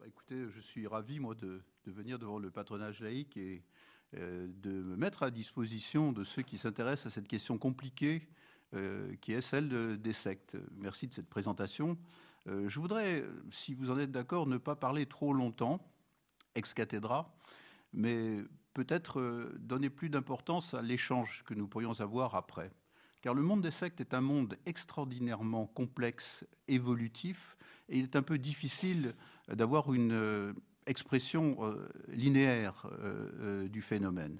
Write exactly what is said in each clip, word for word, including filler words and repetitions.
Écoutez, je suis ravi, moi, de, de venir devant le patronage laïque et euh, de me mettre à disposition de ceux qui s'intéressent à cette question compliquée euh, qui est celle de, des sectes. Merci de cette présentation. Euh, je voudrais, si vous en êtes d'accord, ne pas parler trop longtemps, ex cathedra, mais peut-être euh, donner plus d'importance à l'échange que nous pourrions avoir après. Car le monde des sectes est un monde extraordinairement complexe, évolutif, et il est un peu difficile d'avoir une euh, expression euh, linéaire euh, euh, du phénomène.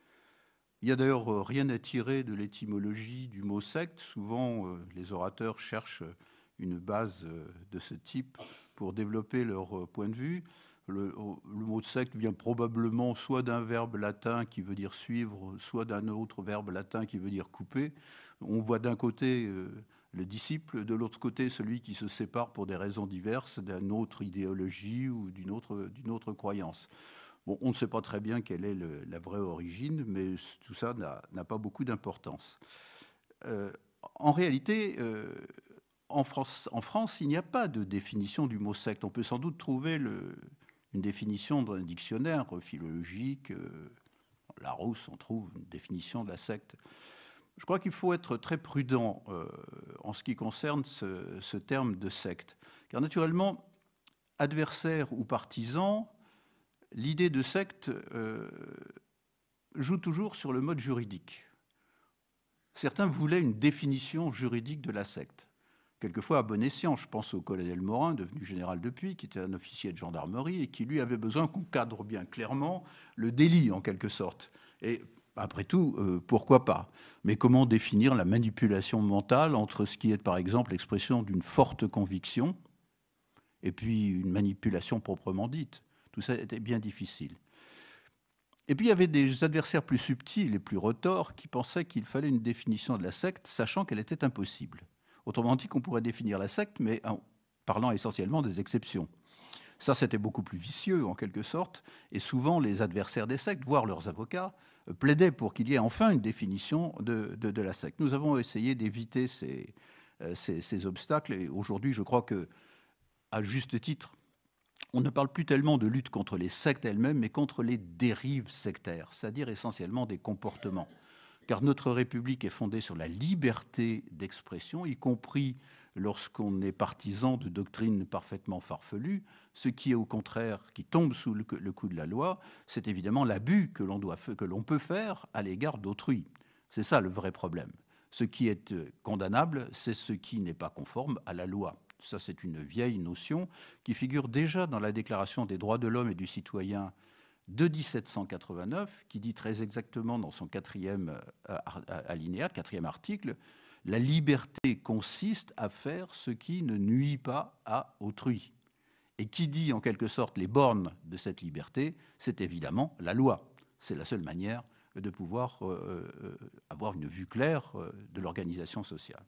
Il n'y a d'ailleurs rien à tirer de l'étymologie du mot secte. Souvent, euh, les orateurs cherchent une base euh, de ce type pour développer leur euh, point de vue. Le, le mot secte vient probablement soit d'un verbe latin qui veut dire suivre, soit d'un autre verbe latin qui veut dire couper. On voit d'un côté euh, le disciple, de l'autre côté celui qui se sépare pour des raisons diverses d'une autre idéologie ou d'une autre, d'une autre croyance. Bon, on ne sait pas très bien quelle est le, la vraie origine, mais tout ça n'a pas beaucoup d'importance. Euh, en réalité, euh, en France, en France, il n'y a pas de définition du mot secte. On peut sans doute trouver le, une définition dans un dictionnaire philologique. Euh, Larousse, on trouve une définition de la secte. Je crois qu'il faut être très prudent euh, en ce qui concerne ce, ce terme de secte. Car naturellement, adversaire ou partisan, l'idée de secte euh, joue toujours sur le mode juridique. Certains voulaient une définition juridique de la secte. Quelquefois à bon escient, je pense au colonel Morin, devenu général depuis, qui était un officier de gendarmerie et qui, lui, avait besoin qu'on cadre bien clairement le délit, en quelque sorte. Et après tout, euh, pourquoi pas? Mais comment définir la manipulation mentale entre ce qui est, par exemple, l'expression d'une forte conviction et puis une manipulation proprement dite? Tout ça était bien difficile. Et puis il y avait des adversaires plus subtils et plus retors qui pensaient qu'il fallait une définition de la secte, sachant qu'elle était impossible. Autrement dit, qu'on pourrait définir la secte, mais en parlant essentiellement des exceptions. Ça, c'était beaucoup plus vicieux, en quelque sorte, et souvent les adversaires des sectes, voire leurs avocats, plaidaient pour qu'il y ait enfin une définition de, de, de la secte. Nous avons essayé d'éviter ces, ces, ces obstacles, et aujourd'hui, je crois que, à juste titre, on ne parle plus tellement de lutte contre les sectes elles-mêmes, mais contre les dérives sectaires, c'est-à-dire essentiellement des comportements. Car notre République est fondée sur la liberté d'expression, y compris lorsqu'on est partisan de doctrines parfaitement farfelues. Ce qui est au contraire, qui tombe sous le, le coup de la loi, c'est évidemment l'abus que l'on doit, que l'on peut faire à l'égard d'autrui. C'est ça le vrai problème. Ce qui est condamnable, c'est ce qui n'est pas conforme à la loi. Ça, c'est une vieille notion qui figure déjà dans la Déclaration des droits de l'homme et du citoyen de mille sept cent quatre-vingt-neuf, qui dit très exactement dans son quatrième alinéa, quatrième article, « La liberté consiste à faire ce qui ne nuit pas à autrui ». Et qui dit en quelque sorte les bornes de cette liberté, c'est évidemment la loi. C'est la seule manière de pouvoir euh, avoir une vue claire de l'organisation sociale.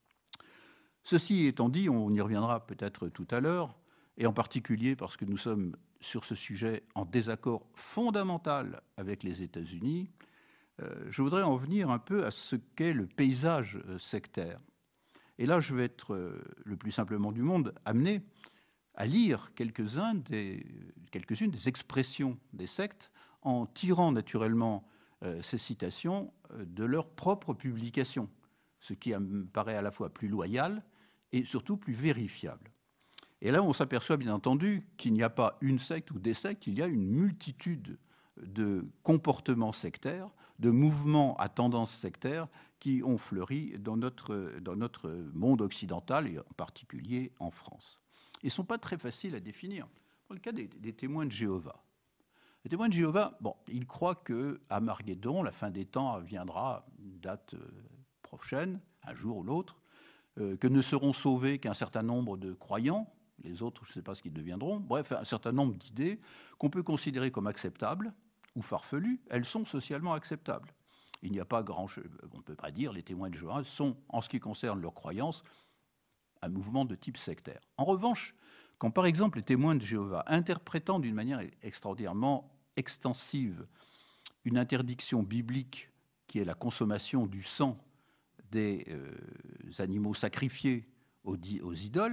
Ceci étant dit, on y reviendra peut-être tout à l'heure, et en particulier parce que nous sommes sur ce sujet en désaccord fondamental avec les États-Unis, euh, je voudrais en venir un peu à ce qu'est le paysage euh, sectaire. Et là, je vais être euh, le plus simplement du monde amené à lire quelques-uns des, quelques-unes des expressions des sectes en tirant naturellement euh, ces citations euh, de leurs propres publications, ce qui me paraît à la fois plus loyal et surtout plus vérifiable. Et là, on s'aperçoit bien entendu qu'il n'y a pas une secte ou des sectes, il y a une multitude de comportements sectaires, de mouvements à tendance sectaire qui ont fleuri dans notre, dans notre monde occidental et en particulier en France. Ils ne sont pas très faciles à définir. Dans le cas des, des témoins de Jéhovah. Les témoins de Jéhovah, bon, ils croient qu'à Marguédon, la fin des temps viendra, une date prochaine, un jour ou l'autre, euh, que ne seront sauvés qu'un certain nombre de croyants. Les autres, je ne sais pas ce qu'ils deviendront. Bref, un certain nombre d'idées qu'on peut considérer comme acceptables ou farfelues, elles sont socialement acceptables. Il n'y a pas grand chose, on ne peut pas dire, les témoins de Jéhovah sont, en ce qui concerne leurs croyances, un mouvement de type sectaire. En revanche, quand par exemple les témoins de Jéhovah, interprétant d'une manière extraordinairement extensive une interdiction biblique qui est la consommation du sang des euh, animaux sacrifiés aux, aux idoles,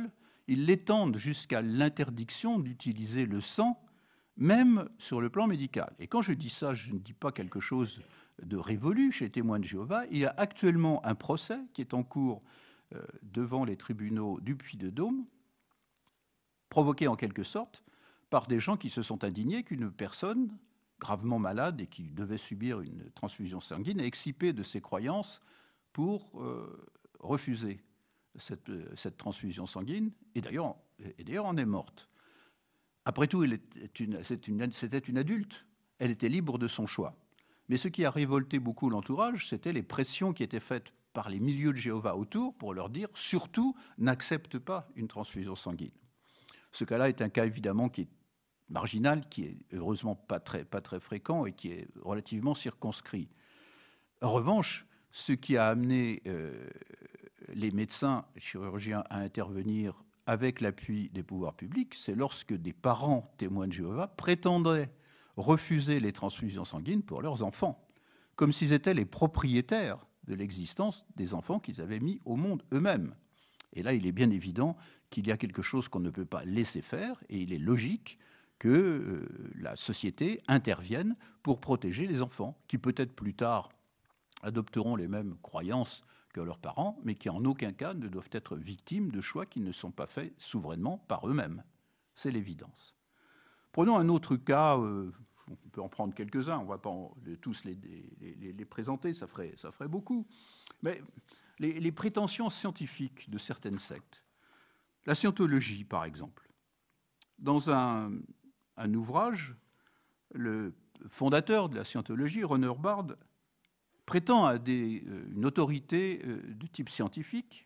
ils l'étendent jusqu'à l'interdiction d'utiliser le sang, même sur le plan médical. Et quand je dis ça, je ne dis pas quelque chose de révolu chez les témoins de Jéhovah. Il y a actuellement un procès qui est en cours euh, devant les tribunaux du Puy-de-Dôme, provoqué en quelque sorte par des gens qui se sont indignés qu'une personne gravement malade et qui devait subir une transfusion sanguine ait excipé de ses croyances pour euh, refuser cette, cette transfusion sanguine, et d'ailleurs, et d'ailleurs en est morte. Après tout, elle était une, c'était une adulte, elle était libre de son choix. Mais ce qui a révolté beaucoup l'entourage, c'était les pressions qui étaient faites par les milieux de Jéhovah autour pour leur dire, surtout, n'accepte pas une transfusion sanguine. Ce cas-là est un cas évidemment qui est marginal, qui est heureusement pas très, pas très fréquent et qui est relativement circonscrit. En revanche, ce qui a amené euh, les médecins et chirurgiens à intervenir avec l'appui des pouvoirs publics, c'est lorsque des parents témoins de Jéhovah prétendraient refuser les transfusions sanguines pour leurs enfants, comme s'ils étaient les propriétaires de l'existence des enfants qu'ils avaient mis au monde eux-mêmes. Et là, il est bien évident qu'il y a quelque chose qu'on ne peut pas laisser faire, et il est logique que euh, la société intervienne pour protéger les enfants, qui peut-être plus tard adopteront les mêmes croyances que leurs parents, mais qui en aucun cas ne doivent être victimes de choix qui ne sont pas faits souverainement par eux-mêmes. C'est l'évidence. Prenons un autre cas, euh, on peut en prendre quelques-uns, on ne va pas en, tous les, les, les présenter, ça ferait, ça ferait beaucoup. Mais les, les prétentions scientifiques de certaines sectes, la scientologie par exemple. Dans un, un ouvrage, le fondateur de la scientologie, Ron Bard, prétend à des, une autorité de type scientifique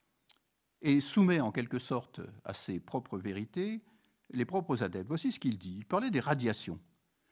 et soumet en quelque sorte à ses propres vérités les propres adeptes. Voici ce qu'il dit. Il parlait des radiations.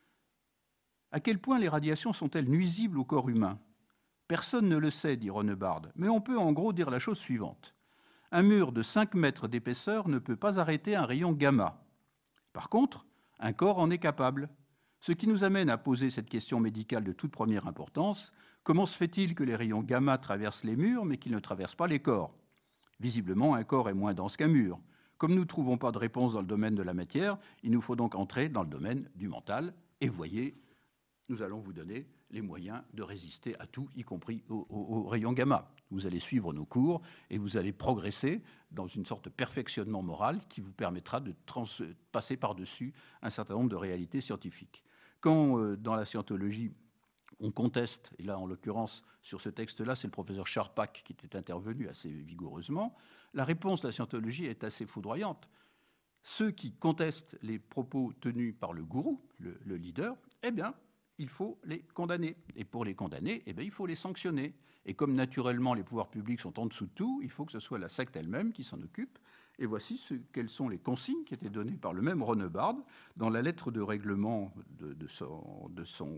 À quel point les radiations sont-elles nuisibles au corps humain? Personne ne le sait, dit Ron Bard, mais on peut en gros dire la chose suivante. Un mur de cinq mètres d'épaisseur ne peut pas arrêter un rayon gamma. Par contre, un corps en est capable. Ce qui nous amène à poser cette question médicale de toute première importance. Comment se fait-il que les rayons gamma traversent les murs, mais qu'ils ne traversent pas les corps? Visiblement, un corps est moins dense qu'un mur. Comme nous ne trouvons pas de réponse dans le domaine de la matière, il nous faut donc entrer dans le domaine du mental. Et voyez, nous allons vous donner les moyens de résister à tout, y compris aux, aux, aux rayons gamma. Vous allez suivre nos cours et vous allez progresser dans une sorte de perfectionnement moral qui vous permettra de trans- passer par-dessus un certain nombre de réalités scientifiques. Quand, euh, dans la scientologie, on conteste, et là, en l'occurrence, sur ce texte-là, c'est le professeur Charpak qui était intervenu assez vigoureusement, la réponse de la scientologie est assez foudroyante. Ceux qui contestent les propos tenus par le gourou, le, le leader, eh bien, il faut les condamner. Et pour les condamner, eh bien, il faut les sanctionner. Et comme naturellement les pouvoirs publics sont en dessous de tout, il faut que ce soit la secte elle-même qui s'en occupe. Et voici ce, quelles sont les consignes qui étaient données par le même Ron Bard dans la lettre de règlement de, de, son, de, son,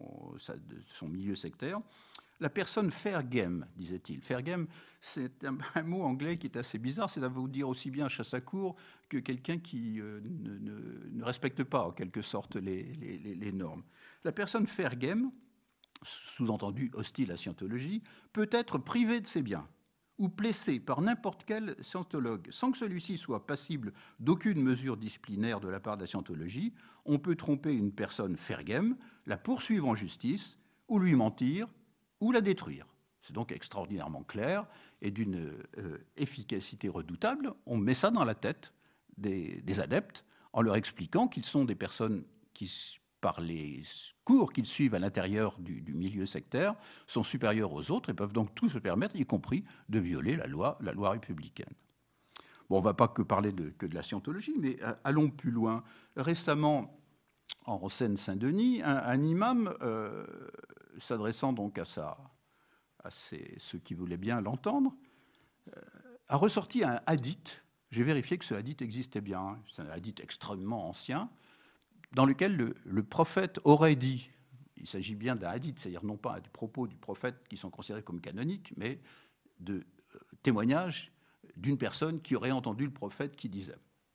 de son milieu sectaire. La personne fair game, disait-il. Fair game, c'est un, un mot anglais qui est assez bizarre. C'est à vous dire aussi bien chasse à court que quelqu'un qui euh, ne, ne, ne respecte pas, en quelque sorte, les, les, les normes. La personne fair game, sous-entendu hostile à la scientologie, peut être privée de ses biens ou placée par n'importe quel scientologue, sans que celui-ci soit passible d'aucune mesure disciplinaire de la part de la scientologie. On peut tromper une personne fair game, la poursuivre en justice, ou lui mentir, ou la détruire. C'est donc extraordinairement clair et d'une euh, efficacité redoutable. On met ça dans la tête des, des adeptes en leur expliquant qu'ils sont des personnes qui, par les cours qu'ils suivent à l'intérieur du, du milieu sectaire, sont supérieurs aux autres et peuvent donc tout se permettre, y compris de violer la loi, la loi républicaine. Bon, on ne va pas que parler de, que de la scientologie, mais allons plus loin. Récemment, en Seine-Saint-Denis, un, un imam, euh, s'adressant donc à, sa, à ses, ceux qui voulaient bien l'entendre, euh, a ressorti un hadith. J'ai vérifié que ce hadith existait bien. C'est un hadith extrêmement ancien, dans lequel le, le prophète aurait dit, il s'agit bien d'un hadith, c'est-à-dire non pas des propos du prophète qui sont considérés comme canoniques, mais de euh, témoignages d'une personne qui aurait entendu le prophète qui disait.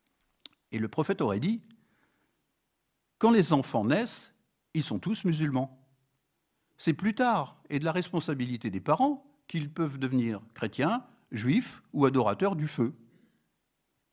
Et le prophète aurait dit, quand les enfants naissent, ils sont tous musulmans. C'est plus tard, et de la responsabilité des parents, qu'ils peuvent devenir chrétiens, juifs ou adorateurs du feu.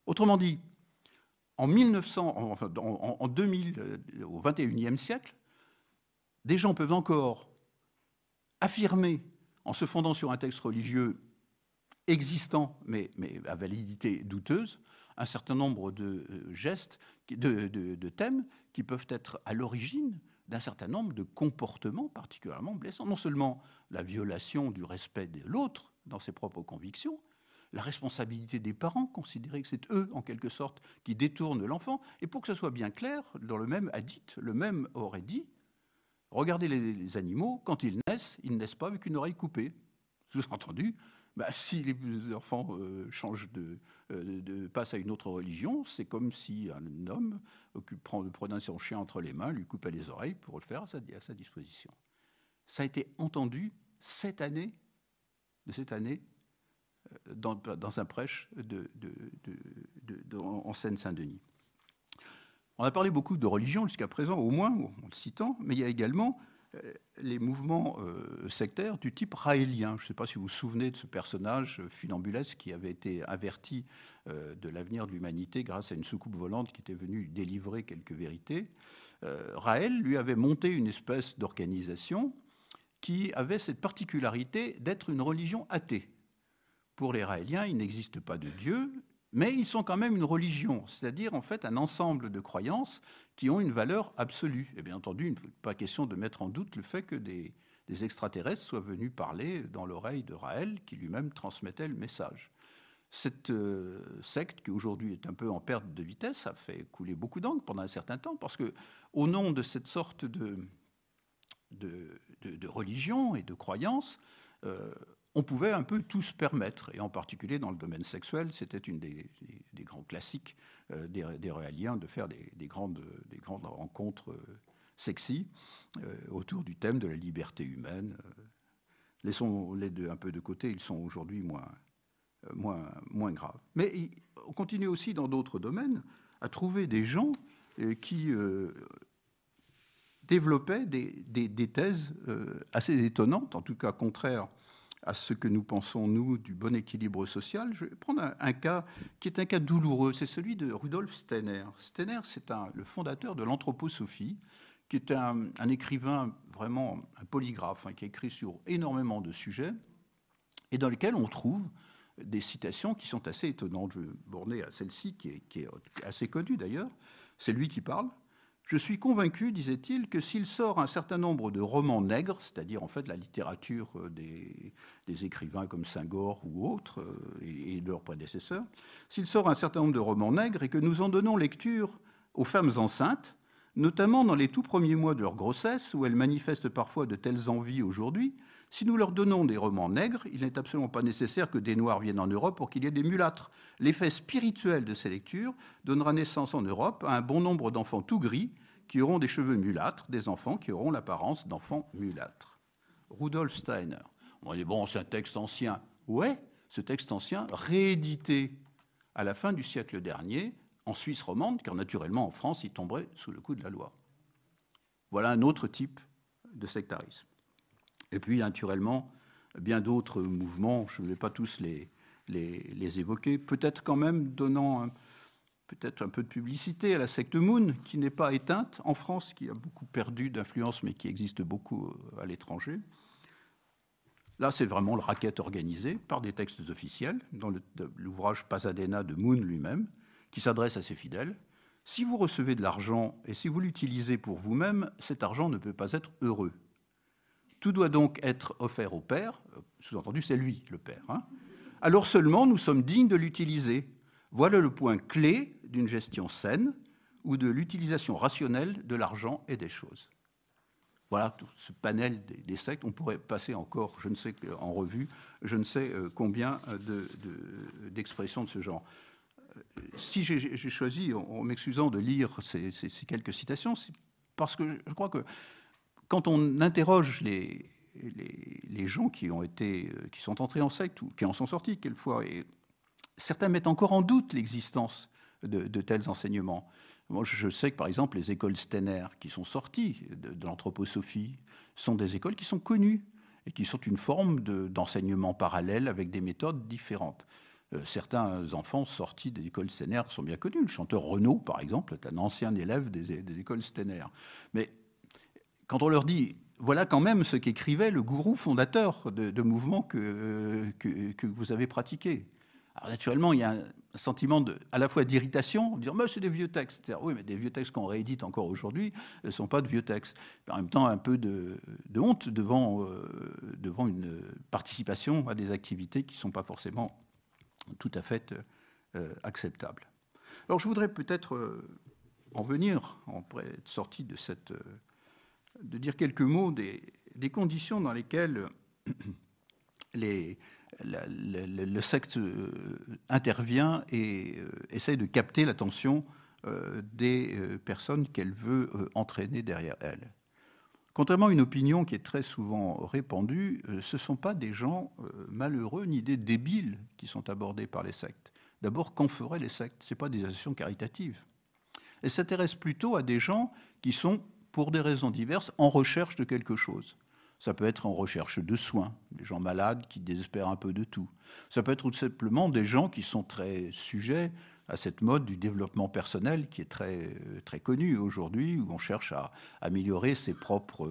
Autrement dit, en mille neuf cents, enfin, en, en deux mille, au vingt et unième siècle, des gens peuvent encore affirmer, en se fondant sur un texte religieux existant, mais, mais à validité douteuse, un certain nombre de gestes, de, de, de thèmes qui peuvent être à l'origine d'un certain nombre de comportements particulièrement blessants. Non seulement la violation du respect de l'autre dans ses propres convictions, la responsabilité des parents, considérer que c'est eux, en quelque sorte, qui détournent l'enfant. Et pour que ce soit bien clair, dans le même hadith, le même aurait dit, regardez les, les animaux, quand ils naissent, ils ne naissent pas avec une oreille coupée. Sous-entendu, bah, si les enfants euh, changent de, euh, de, passent à une autre religion, c'est comme si un homme prenait son chien entre les mains, lui coupait les oreilles pour le faire à sa, à sa disposition. Ça a été entendu cette année, de cette année, dans, dans un prêche de, de, de, de, de, en Seine-Saint-Denis. On a parlé beaucoup de religion jusqu'à présent, au moins, en le citant, mais il y a également euh, les mouvements euh, sectaires du type raélien. Je ne sais pas si vous vous souvenez de ce personnage funambulesque qui avait été averti euh, de l'avenir de l'humanité grâce à une soucoupe volante qui était venue délivrer quelques vérités. Euh, Raël, lui, avait monté une espèce d'organisation qui avait cette particularité d'être une religion athée. Pour les Raéliens, il n'existe pas de Dieu, mais ils sont quand même une religion, c'est-à-dire en fait un ensemble de croyances qui ont une valeur absolue. Et bien entendu, il n'est pas question de mettre en doute le fait que des, des extraterrestres soient venus parler dans l'oreille de Raël, qui lui-même transmettait le message. Cette euh, secte, qui aujourd'hui est un peu en perte de vitesse, a fait couler beaucoup d'encre pendant un certain temps, parce que au nom de cette sorte de, de, de, de religion et de croyance, euh, on pouvait un peu tout se permettre, et en particulier dans le domaine sexuel, c'était une des, des, des grands classiques euh, des, des Raéliens de faire des, des, grandes, des grandes rencontres euh, sexy euh, autour du thème de la liberté humaine. Euh, laissons les deux un peu de côté, ils sont aujourd'hui moins, euh, moins, moins graves. Mais il, on continue aussi dans d'autres domaines à trouver des gens euh, qui euh, développaient des, des, des thèses euh, assez étonnantes, en tout cas contraires à ce que nous pensons, nous, du bon équilibre social. Je vais prendre un, un cas qui est un cas douloureux, c'est celui de Rudolf Steiner. Steiner, c'est un, le fondateur de l'anthroposophie, qui est un, un écrivain vraiment un polygraphe, hein, qui a écrit sur énormément de sujets, et dans lesquels on trouve des citations qui sont assez étonnantes. Je vais me borner à celle-ci, qui est, qui est assez connue d'ailleurs. C'est lui qui parle. Je suis convaincu, disait-il, que s'il sort un certain nombre de romans nègres, c'est-à-dire en fait la littérature des, des écrivains comme Senghor ou autres, et, et de leurs prédécesseurs, s'il sort un certain nombre de romans nègres et que nous en donnons lecture aux femmes enceintes, notamment dans les tout premiers mois de leur grossesse, où elles manifestent parfois de telles envies aujourd'hui, si nous leur donnons des romans nègres, il n'est absolument pas nécessaire que des Noirs viennent en Europe pour qu'il y ait des mulâtres. L'effet spirituel de ces lectures donnera naissance en Europe à un bon nombre d'enfants tout gris qui auront des cheveux mulâtres, des enfants qui auront l'apparence d'enfants mulâtres. Rudolf Steiner. On dit, bon, c'est un texte ancien. Ouais, ce texte ancien, réédité à la fin du siècle dernier, en Suisse romande, car naturellement, en France, il tomberait sous le coup de la loi. Voilà un autre type de sectarisme. Et puis, naturellement, bien d'autres mouvements, je ne vais pas tous les, les, les évoquer, peut-être quand même donnant un, peut-être un peu de publicité à la secte Moon, qui n'est pas éteinte en France, qui a beaucoup perdu d'influence, mais qui existe beaucoup à l'étranger. Là, c'est vraiment le racket organisé par des textes officiels, dans le, l'ouvrage Pasadena de Moon lui-même, qui s'adresse à ses fidèles. Si vous recevez de l'argent et si vous l'utilisez pour vous-même, cet argent ne peut pas être heureux. Tout doit donc être offert au Père, sous-entendu, c'est lui, le Père. Hein. Alors seulement, nous sommes dignes de l'utiliser. Voilà le point clé d'une gestion saine ou de l'utilisation rationnelle de l'argent et des choses. Voilà tout ce panel des, des sectes. On pourrait passer encore, je ne sais, en revue, je ne sais combien de, de, d'expressions de ce genre. Si j'ai, j'ai choisi, en m'excusant de lire ces, ces, ces quelques citations, c'est parce que je crois que quand on interroge les, les, les gens qui ont été, qui sont entrés en secte ou qui en sont sortis quelquefois, et certains mettent encore en doute l'existence de, de tels enseignements. Moi, je sais que, par exemple, les écoles Steiner qui sont sorties de, de l'anthroposophie sont des écoles qui sont connues et qui sont une forme de, d'enseignement parallèle avec des méthodes différentes. Euh, certains enfants sortis des écoles Steiner sont bien connus. Le chanteur Renaud, par exemple, est un ancien élève des, des écoles Steiner. Mais quand on leur dit, voilà quand même ce qu'écrivait le gourou fondateur de, de mouvements que, que, que vous avez pratiqués. Alors naturellement, il y a un sentiment de, à la fois d'irritation, de dire mais c'est des vieux textes. C'est-à-dire, oui, mais des vieux textes qu'on réédite encore aujourd'hui ne sont pas de vieux textes. Mais en même temps, un peu de, de honte devant, euh, devant une participation à des activités qui ne sont pas forcément tout à fait euh, acceptables. Alors je voudrais peut-être euh, en venir, après être sorti de cette... Euh, de dire quelques mots des, des conditions dans lesquelles les, la, la, le secte euh, intervient et euh, essaye de capter l'attention euh, des euh, personnes qu'elle veut euh, entraîner derrière elle. Contrairement à une opinion qui est très souvent répandue, euh, ce ne sont pas des gens euh, malheureux ni des débiles qui sont abordés par les sectes. D'abord, qu'en feraient les sectes? Ce n'est pas des associations caritatives. Elles s'intéressent plutôt à des gens qui sont, pour des raisons diverses, en recherche de quelque chose. Ça peut être en recherche de soins, des gens malades qui désespèrent un peu de tout. Ça peut être tout simplement des gens qui sont très sujets à cette mode du développement personnel qui est très, très connue aujourd'hui, où on cherche à améliorer ses propres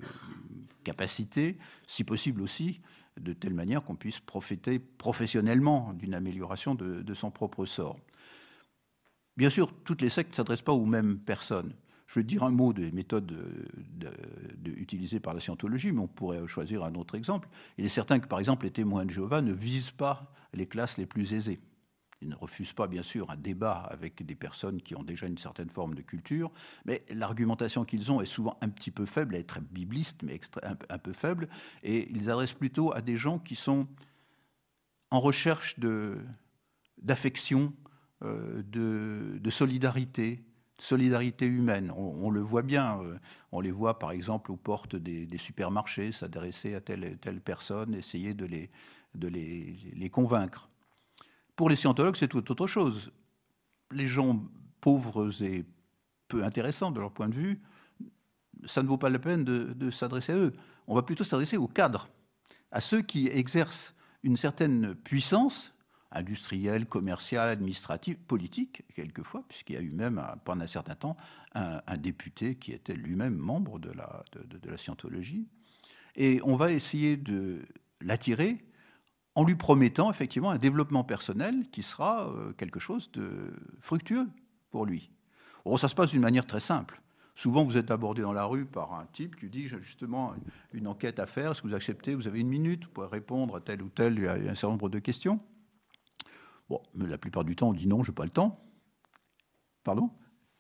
capacités, si possible aussi, de telle manière qu'on puisse profiter professionnellement d'une amélioration de, de son propre sort. Bien sûr, toutes les sectes ne s'adressent pas aux mêmes personnes. Je vais dire un mot des méthodes de, de, de, utilisées par la scientologie, mais on pourrait choisir un autre exemple. Il est certain que, par exemple, les témoins de Jéhovah ne visent pas les classes les plus aisées. Ils ne refusent pas, bien sûr, un débat avec des personnes qui ont déjà une certaine forme de culture, mais l'argumentation qu'ils ont est souvent un petit peu faible, elle est très bibliste, mais extra, un, un peu faible, et ils adressent plutôt à des gens qui sont en recherche de, d'affection, euh, de, de solidarité, solidarité humaine. On, on le voit bien, euh, on les voit par exemple aux portes des, des supermarchés, s'adresser à telle telle personne, essayer de les, de les, les convaincre. Pour les scientologues, c'est tout autre chose. Les gens pauvres et peu intéressants de leur point de vue, ça ne vaut pas la peine de, de s'adresser à eux. On va plutôt s'adresser aux cadres, à ceux qui exercent une certaine puissance industrielle, commerciale, administrative, politique, quelquefois, puisqu'il y a eu même, pendant un certain temps, un, un député qui était lui-même membre de la, de, de la scientologie. Et on va essayer de l'attirer en lui promettant effectivement un développement personnel qui sera euh, quelque chose de fructueux pour lui. Bon, ça se passe d'une manière très simple. Souvent, vous êtes abordé dans la rue par un type qui dit, j'ai justement une, une enquête à faire, est-ce que vous acceptez? Vous avez une minute, vous pouvez répondre à telle ou telle, il y a un certain nombre de questions. Bon, mais la plupart du temps, on dit non, je n'ai pas le temps. Pardon?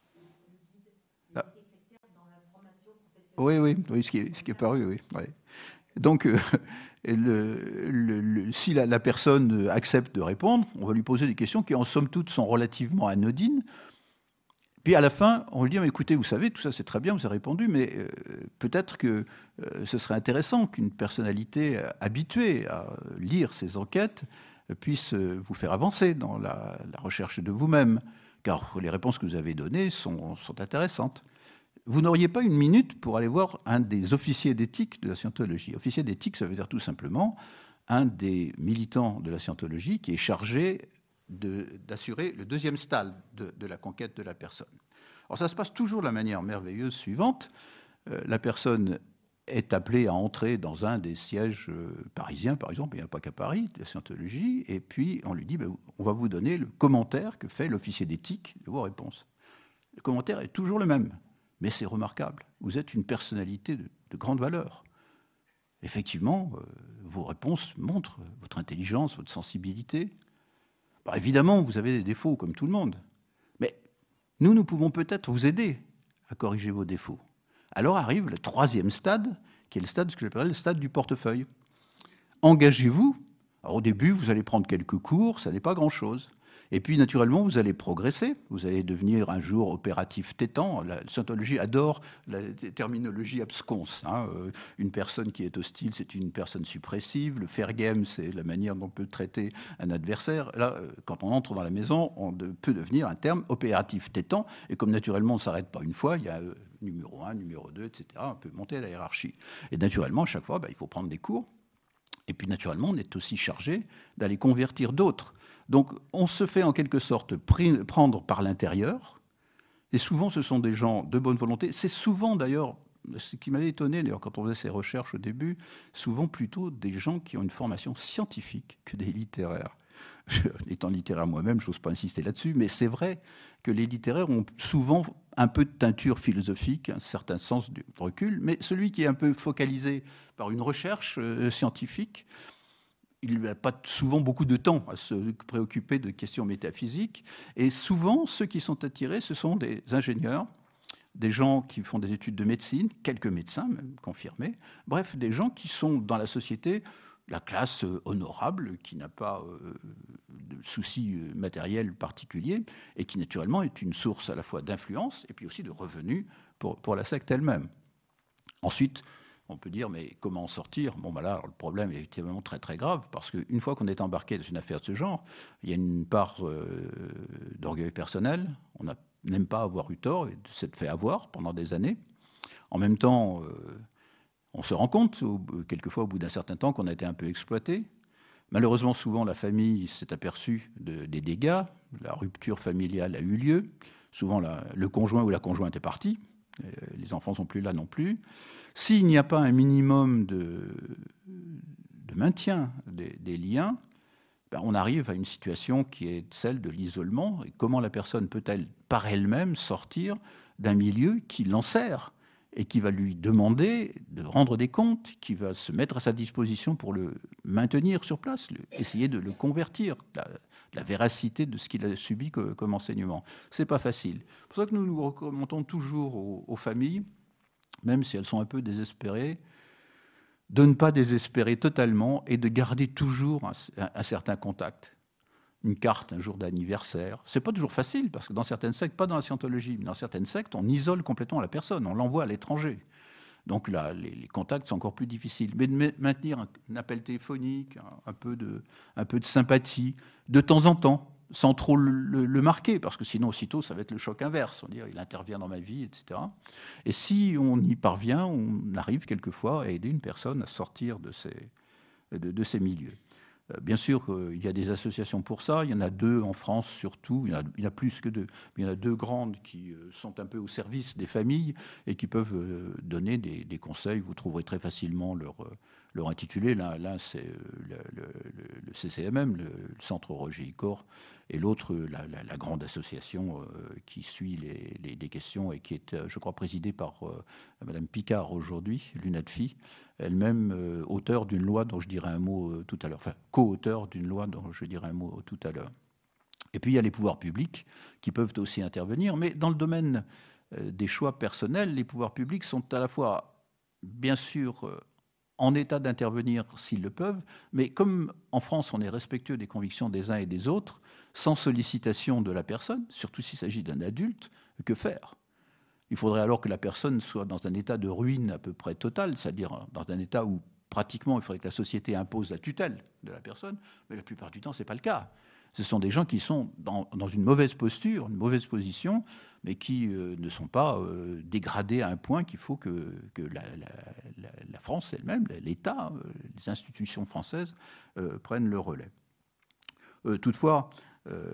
Ah. Oui, oui, oui, ce qui est, ce qui est paru, oui. oui. Donc, euh, le, le, le, si la, la personne accepte de répondre, on va lui poser des questions qui, en somme toute, sont relativement anodines. Puis, à la fin, on lui dit, mais écoutez, vous savez, tout ça, c'est très bien, vous avez répondu, mais euh, peut-être que euh, ce serait intéressant qu'une personnalité habituée à lire ces enquêtes puisse vous faire avancer dans la, la recherche de vous-même, car les réponses que vous avez données sont, sont intéressantes. Vous n'auriez pas une minute pour aller voir un des officiers d'éthique de la scientologie. Officier d'éthique, ça veut dire tout simplement un des militants de la scientologie qui est chargé de, d'assurer le deuxième stade de, de la conquête de la personne. Alors ça se passe toujours de la manière merveilleuse suivante. Euh, la personne est appelée à entrer dans un des sièges euh, parisiens, par exemple, il n'y a pas qu'à Paris, de la scientologie, et puis on lui dit, ben, on va vous donner le commentaire que fait l'officier d'éthique de vos réponses. Le commentaire est toujours le même. Mais c'est remarquable. Vous êtes une personnalité de, de grande valeur. Effectivement, euh, vos réponses montrent votre intelligence, votre sensibilité. Bah, évidemment, vous avez des défauts, comme tout le monde. Mais nous, nous pouvons peut-être vous aider à corriger vos défauts. Alors arrive le troisième stade, qui est le stade, ce que j'appelle le stade du portefeuille. Engagez-vous. Alors, au début, vous allez prendre quelques cours, ça n'est pas grand-chose. Et puis, naturellement, vous allez progresser. Vous allez devenir un jour opératif tétan. La scientologie adore la terminologie absconce. Hein. Une personne qui est hostile, c'est une personne suppressive. Le fair game, c'est la manière dont on peut traiter un adversaire. Là, quand on entre dans la maison, on peut devenir un terme opératif tétan. Et comme naturellement, on ne s'arrête pas une fois, il y a numéro un, numéro deux, et cetera. On peut monter à la hiérarchie. Et naturellement, à chaque fois, bah, il faut prendre des cours. Et puis, naturellement, on est aussi chargé d'aller convertir d'autres. Donc on se fait en quelque sorte prendre par l'intérieur, et souvent ce sont des gens de bonne volonté. C'est souvent d'ailleurs, ce qui m'avait étonné d'ailleurs quand on faisait ces recherches au début, souvent plutôt des gens qui ont une formation scientifique que des littéraires. Je, étant littéraire moi-même, je n'ose pas insister là-dessus, mais c'est vrai que les littéraires ont souvent un peu de teinture philosophique, un certain sens du recul, mais celui qui est un peu focalisé par une recherche euh, scientifique, il n'a pas souvent beaucoup de temps à se préoccuper de questions métaphysiques, et souvent ceux qui sont attirés, ce sont des ingénieurs, des gens qui font des études de médecine, quelques médecins même confirmés, bref, des gens qui sont dans la société la classe honorable, qui n'a pas euh, de soucis matériels particuliers, et qui naturellement est une source à la fois d'influence et puis aussi de revenus pour, pour la secte elle-même. Ensuite, on peut dire, mais comment en sortir? Bon, ben là, alors, le problème est évidemment très très grave, parce qu'une fois qu'on est embarqué dans une affaire de ce genre, il y a une part euh, d'orgueil personnel, on n'aime pas avoir eu tort, et de s'être fait avoir pendant des années. En même temps, euh, on se rend compte, quelquefois au bout d'un certain temps, qu'on a été un peu exploité. Malheureusement, souvent, la famille s'est aperçue de, des dégâts. La rupture familiale a eu lieu. Souvent, la, le conjoint ou la conjointe est parti. Les enfants ne sont plus là non plus. S'il n'y a pas un minimum de, de maintien des, des liens, ben on arrive à une situation qui est celle de l'isolement. Et comment la personne peut-elle, par elle-même, sortir d'un milieu qui l'enserre et qui va lui demander de rendre des comptes, qui va se mettre à sa disposition pour le maintenir sur place, le, essayer de le convertir, la, la véracité de ce qu'il a subi que, comme enseignement. Ce n'est pas facile. C'est pour ça que nous nous recommandons toujours aux, aux familles, même si elles sont un peu désespérées, de ne pas désespérer totalement et de garder toujours un, un, un certain contact. Une carte un jour d'anniversaire. C'est pas toujours facile, parce que dans certaines sectes, pas dans la scientologie, mais dans certaines sectes, on isole complètement la personne, on l'envoie à l'étranger. Donc là, les, les contacts sont encore plus difficiles. Mais de maintenir un, un appel téléphonique, un, un, peu de, un peu de sympathie, de temps en temps, sans trop le, le, le marquer, parce que sinon, aussitôt, ça va être le choc inverse. On dit, il intervient dans ma vie, et cetera. Et si on y parvient, on arrive quelquefois à aider une personne à sortir de ces, de, de ces milieux. Bien sûr, il y a des associations pour ça. Il y en a deux en France surtout. Il y en a, il y en a plus que deux. Mais il y en a deux grandes qui sont un peu au service des familles et qui peuvent donner des, des conseils. Vous trouverez très facilement leur, leur intitulé. L'un, l'un c'est le, le, le C C M M, le, le Centre Roger Icor, et l'autre, la, la, la grande association qui suit les, les, les questions et qui est, je crois, présidée par Madame Picard aujourd'hui, l'UNADFI, elle-même euh, auteure d'une loi dont je dirai un mot euh, tout à l'heure, enfin co-auteur d'une loi dont je dirai un mot tout à l'heure. Et puis il y a les pouvoirs publics qui peuvent aussi intervenir, mais dans le domaine euh, des choix personnels, les pouvoirs publics sont à la fois, bien sûr, euh, en état d'intervenir s'ils le peuvent, mais comme en France on est respectueux des convictions des uns et des autres, sans sollicitation de la personne, surtout s'il s'agit d'un adulte, que faire ? Il faudrait alors que la personne soit dans un état de ruine à peu près total, c'est-à-dire dans un état où pratiquement il faudrait que la société impose la tutelle de la personne, mais la plupart du temps, ce n'est pas le cas. Ce sont des gens qui sont dans, dans une mauvaise posture, une mauvaise position, mais qui euh, ne sont pas euh, dégradés à un point qu'il faut que, que la, la, la, la France elle-même, l'État, euh, les institutions françaises euh, prennent le relais. Euh, toutefois, Euh,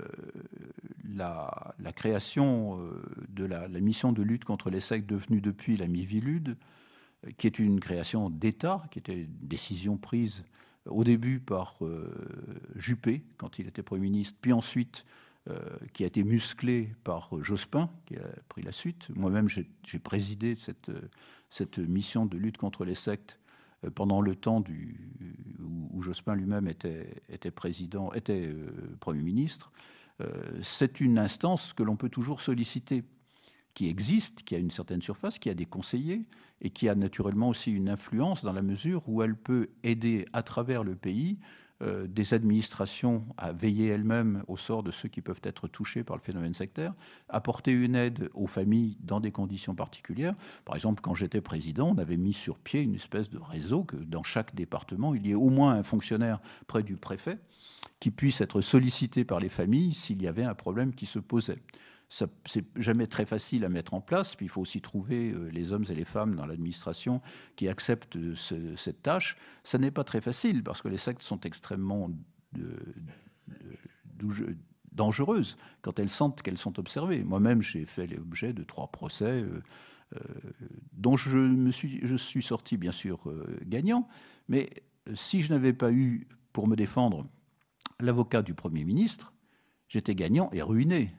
la, la création euh, de la, la mission de lutte contre les sectes devenue depuis la Miviludes, euh, qui est une création d'État, qui était une décision prise au début par euh, Juppé, quand il était Premier ministre, puis ensuite euh, qui a été musclée par Jospin, qui a pris la suite. Moi-même, j'ai, j'ai présidé cette, cette mission de lutte contre les sectes pendant le temps du, où Jospin lui-même était, était président, était euh, Premier ministre. Euh, c'est une instance que l'on peut toujours solliciter, qui existe, qui a une certaine surface, qui a des conseillers et qui a naturellement aussi une influence dans la mesure où elle peut aider à travers le pays euh, des administrations à veiller elles-mêmes au sort de ceux qui peuvent être touchés par le phénomène sectaire, apporter une aide aux familles dans des conditions particulières. Par exemple, quand j'étais président, on avait mis sur pied une espèce de réseau que dans chaque département, il y ait au moins un fonctionnaire près du préfet qui puisse être sollicité par les familles s'il y avait un problème qui se posait. Ça, c'est jamais très facile à mettre en place, puis il faut aussi trouver euh, les hommes et les femmes dans l'administration qui acceptent ce, cette tâche. Ça n'est pas très facile, parce que les sectes sont extrêmement de, de, dangereuses quand elles sentent qu'elles sont observées. Moi-même, j'ai fait l'objet de trois procès euh, euh, dont je, me suis, je suis sorti, bien sûr, euh, gagnant. Mais si je n'avais pas eu, pour me défendre, l'avocat du Premier ministre, j'étais gagnant et ruiné.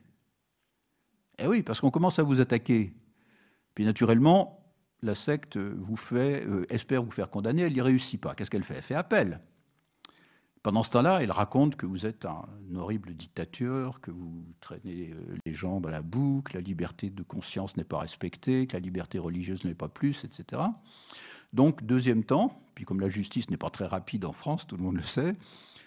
Eh oui, parce qu'on commence à vous attaquer. Puis naturellement, la secte vous fait, euh, espère vous faire condamner, elle n'y réussit pas. Qu'est-ce qu'elle fait? Elle fait appel. Pendant ce temps-là, elle raconte que vous êtes un horrible dictateur, que vous traînez les gens dans la boue, que la liberté de conscience n'est pas respectée, que la liberté religieuse n'est pas plus, et cetera. Donc, deuxième temps, puis comme la justice n'est pas très rapide en France, tout le monde le sait,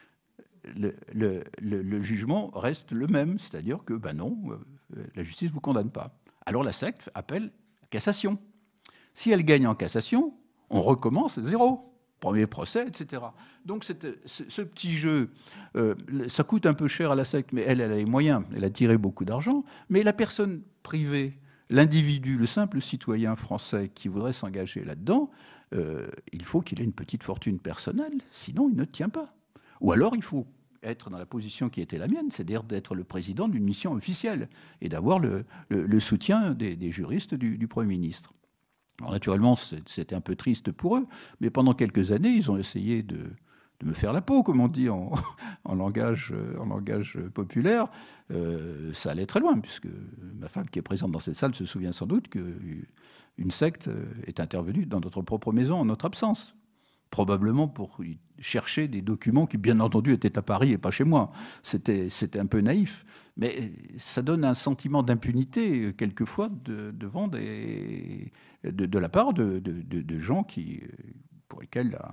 le, le, le, le jugement reste le même, c'est-à-dire que, ben non, la justice ne vous condamne pas. Alors la secte appelle cassation. Si elle gagne en cassation, on recommence à zéro. Premier procès, et cetera. Donc cette, ce, ce petit jeu, euh, ça coûte un peu cher à la secte, mais elle, elle a les moyens, elle a tiré beaucoup d'argent. Mais la personne privée, l'individu, le simple citoyen français qui voudrait s'engager là-dedans, euh, il faut qu'il ait une petite fortune personnelle, sinon il ne tient pas. Ou alors il faut être dans la position qui était la mienne, c'est-à-dire d'être le président d'une mission officielle et d'avoir le, le, le soutien des, des juristes du, du Premier ministre. Alors naturellement, c'était un peu triste pour eux, mais pendant quelques années, ils ont essayé de, de me faire la peau, comme on dit en, en, langage, en langage populaire. Euh, ça allait très loin, puisque ma femme, qui est présente dans cette salle, se souvient sans doute qu'une secte est intervenue dans notre propre maison en notre absence, probablement pour chercher des documents qui, bien entendu, étaient à Paris et pas chez moi. C'était, c'était un peu naïf. Mais ça donne un sentiment d'impunité, quelquefois, de, devant des, de, de la part de, de, de, de gens qui, pour lesquels la,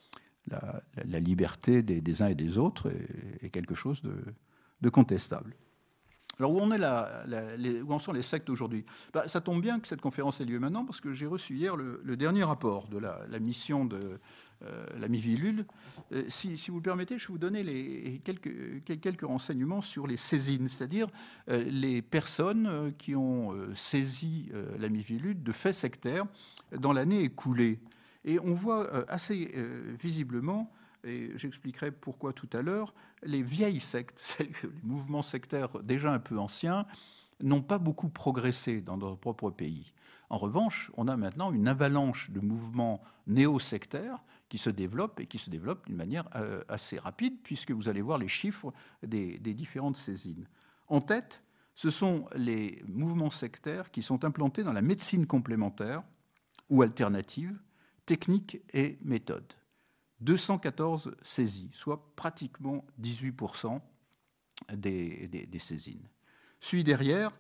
la, la liberté des, des uns et des autres est, est quelque chose de, de contestable. Alors, où, on est la, la, les, où en sont les sectes aujourd'hui? Ben, ça tombe bien que cette conférence ait lieu maintenant, parce que j'ai reçu hier le, le dernier rapport de la, la mission de euh, la Miviludes. Euh, si, si vous le permettez, je vais vous donner les, quelques, quelques renseignements sur les saisines, c'est-à-dire euh, les personnes euh, qui ont euh, saisi euh, la Miviludes de faits sectaires dans l'année écoulée. Et on voit euh, assez euh, visiblement, et j'expliquerai pourquoi tout à l'heure, les vieilles sectes, celles que les mouvements sectaires déjà un peu anciens, n'ont pas beaucoup progressé dans notre propre pays. En revanche, on a maintenant une avalanche de mouvements néo-sectaires qui se développent et qui se développent d'une manière euh, assez rapide, puisque vous allez voir les chiffres des, des différentes saisines. En tête, ce sont les mouvements sectaires qui sont implantés dans la médecine complémentaire ou alternative, technique et méthode. deux cent quatorze saisies, soit pratiquement dix-huit pour cent des, des, des saisines. Suit derrière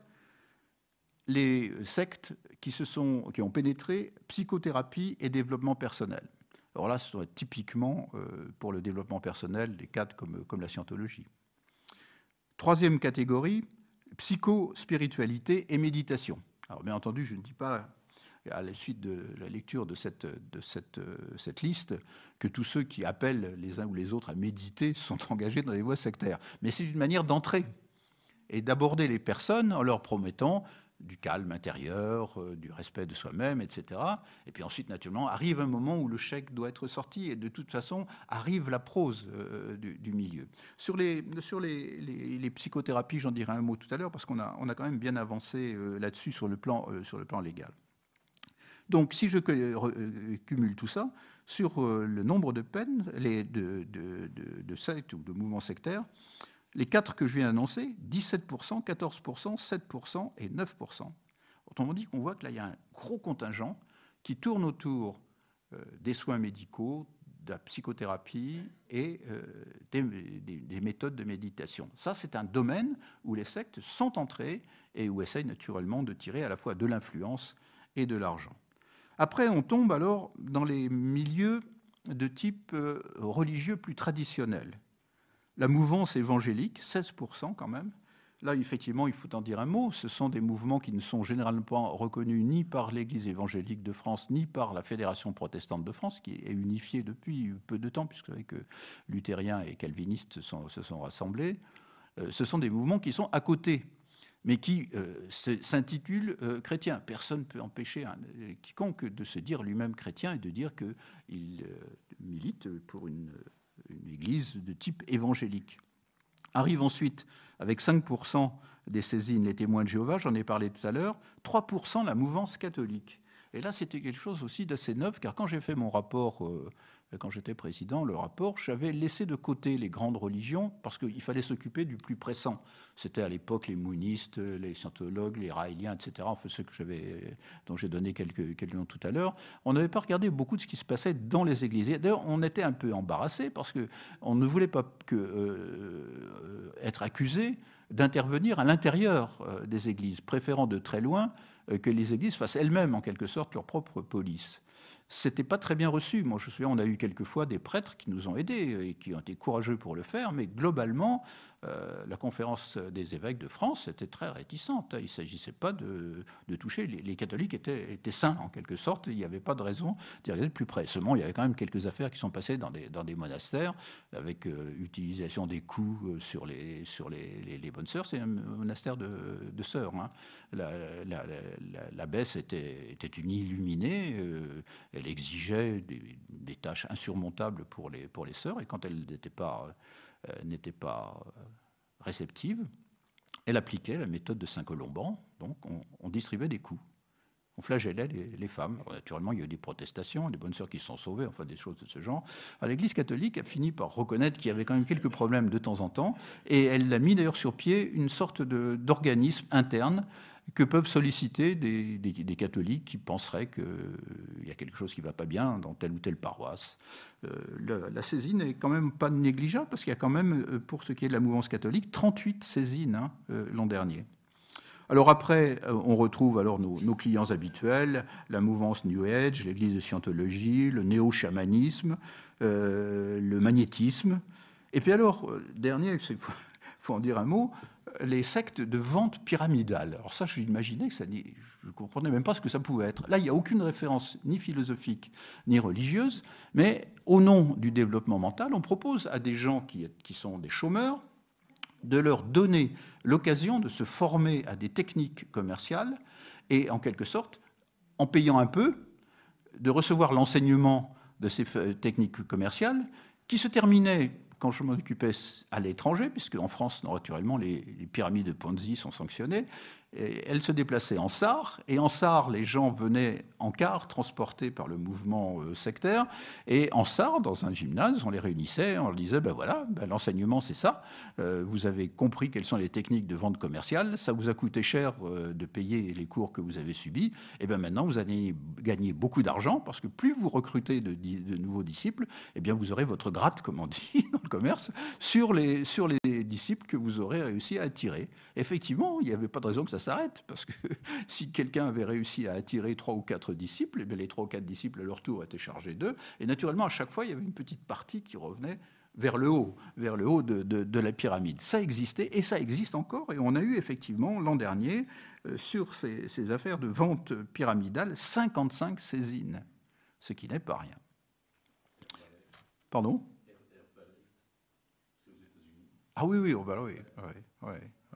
les sectes qui, se sont, qui ont pénétré psychothérapie et développement personnel. Alors là, ce sont typiquement, euh, pour le développement personnel, des cadres comme, comme la scientologie. Troisième catégorie, psychospiritualité et méditation. Alors bien entendu, je ne dis pas, à la suite de la lecture de cette, de cette, cette liste, que tous ceux qui appellent les uns ou les autres à méditer sont engagés dans des voies sectaires. Mais c'est une manière d'entrer et d'aborder les personnes en leur promettant du calme intérieur, euh, du respect de soi-même, et cetera. Et puis ensuite, naturellement, arrive un moment où le chèque doit être sorti, et de toute façon, arrive la prose euh, du, du milieu. Sur les, sur les, les, les psychothérapies, j'en dirai un mot tout à l'heure, parce qu'on a, on a quand même bien avancé euh, là-dessus sur le plan, euh, sur le plan légal. Donc, si je cumule tout ça, sur euh, le nombre de peines, les, de, de, de, de sectes ou de mouvements sectaires, les quatre que je viens d'annoncer, dix-sept pour cent, quatorze pour cent, sept pour cent et neuf pour cent. Autrement dit qu'on voit que là, il y a un gros contingent qui tourne autour euh, des soins médicaux, de la psychothérapie et euh, des, des, des méthodes de méditation. Ça, c'est un domaine où les sectes sont entrées et où essayent naturellement de tirer à la fois de l'influence et de l'argent. Après, on tombe alors dans les milieux de type euh, religieux plus traditionnel. La mouvance évangélique, seize pour cent quand même. Là, effectivement, il faut en dire un mot. Ce sont des mouvements qui ne sont généralement pas reconnus ni par l'Église évangélique de France, ni par la Fédération protestante de France, qui est unifiée depuis peu de temps, puisque vous savez que luthériens et calvinistes sont, se sont rassemblés. Euh, ce sont des mouvements qui sont à côté, mais qui euh, s'intitulent euh, chrétiens. Personne ne peut empêcher un, quiconque de se dire lui-même chrétien et de dire qu'il euh, milite pour une... une église de type évangélique. Arrive ensuite, avec cinq pour cent des saisines, les témoins de Jéhovah, j'en ai parlé tout à l'heure, trois pour cent la mouvance catholique. Et là, c'était quelque chose aussi d'assez neuf, car quand j'ai fait mon rapport, euh, quand j'étais président, le rapport, j'avais laissé de côté les grandes religions, parce qu'il fallait s'occuper du plus pressant. C'était à l'époque les mounistes, les scientologues, les raéliens, et cetera, enfin ceux que j'avais, dont j'ai donné quelques, quelques noms tout à l'heure. On n'avait pas regardé beaucoup de ce qui se passait dans les églises. D'ailleurs, on était un peu embarrassés, parce qu'on ne voulait pas que, euh, être accusé d'intervenir à l'intérieur euh, des églises, préférant de très loin euh, que les églises fassent elles-mêmes, en quelque sorte, leur propre police. C'était pas très bien reçu. Moi, je me souviens, on a eu quelquefois des prêtres qui nous ont aidés et qui ont été courageux pour le faire, mais globalement, euh, la conférence des évêques de France était très réticente. Il ne s'agissait pas de, de toucher. Les, les catholiques étaient, étaient saints, en quelque sorte. Il n'y avait pas de raison d'y regarder de plus près. Seulement, il y avait quand même quelques affaires qui sont passées dans des, dans des monastères, avec euh, utilisation des coups sur les, sur les, les, les bonnes sœurs. C'est un monastère de, de sœurs. Hein. La, la, la, l'abbesse était, était une illuminée. Euh, elle exigeait des, des tâches insurmontables pour les, pour les sœurs, et quand elle n'était pas, euh, n'était pas réceptive, elle appliquait la méthode de Saint-Colomban. Donc on, on distribuait des coups. On flagellait les, les femmes. Alors, naturellement, il y a eu des protestations, des bonnes sœurs qui se sont sauvées, enfin des choses de ce genre. Alors, l'Église catholique a fini par reconnaître qu'il y avait quand même quelques problèmes de temps en temps, et elle a mis d'ailleurs sur pied une sorte de, d'organisme interne que peuvent solliciter des, des, des catholiques qui penseraient qu'il y a quelque chose qui ne va pas bien dans telle ou telle paroisse. Euh, la, la saisine n'est quand même pas négligeable, parce qu'il y a quand même, pour ce qui est de la mouvance catholique, trente-huit saisines hein, euh, l'an dernier. Alors après, on retrouve alors nos, nos clients habituels, la mouvance New Age, l'église de Scientologie, le néo-chamanisme, euh, le magnétisme. Et puis alors, dernier, il faut, faut en dire un mot, les sectes de vente pyramidale. Alors ça, j'imaginais que ça, je ne comprenais même pas ce que ça pouvait être. Là, il n'y a aucune référence ni philosophique ni religieuse, mais au nom du développement mental, on propose à des gens qui, qui sont des chômeurs de leur donner l'occasion de se former à des techniques commerciales et, en quelque sorte, en payant un peu, de recevoir l'enseignement de ces techniques commerciales qui se terminaient, quand je m'en occupais, à l'étranger, puisque en France, naturellement, les, les pyramides de Ponzi sont sanctionnées. Et elles se déplaçaient en S A R, et en S A R, les gens venaient en car, transportés par le mouvement euh, sectaire, et en S A R, dans un gymnase, on les réunissait, on leur disait, ben voilà, ben l'enseignement c'est ça, euh, vous avez compris quelles sont les techniques de vente commerciale, ça vous a coûté cher euh, de payer les cours que vous avez subis, et bien maintenant vous allez gagner beaucoup d'argent, parce que plus vous recrutez de, de nouveaux disciples, et bien vous aurez votre gratte, comme on dit dans le commerce, sur les, sur les disciples que vous aurez réussi à attirer. Effectivement, il n'y avait pas de raison que ça s'arrête, parce que si quelqu'un avait réussi à attirer trois ou quatre disciples, et bien les trois ou quatre disciples à leur tour étaient chargés d'eux, et naturellement à chaque fois il y avait une petite partie qui revenait vers le haut, vers le haut de, de, de la pyramide. Ça existait et ça existe encore, et on a eu effectivement l'an dernier euh, sur ces, ces affaires de vente pyramidale cinquante-cinq saisines, ce qui n'est pas rien. Pardon ? Ah oui, oui, oh bah oui, oui, oui.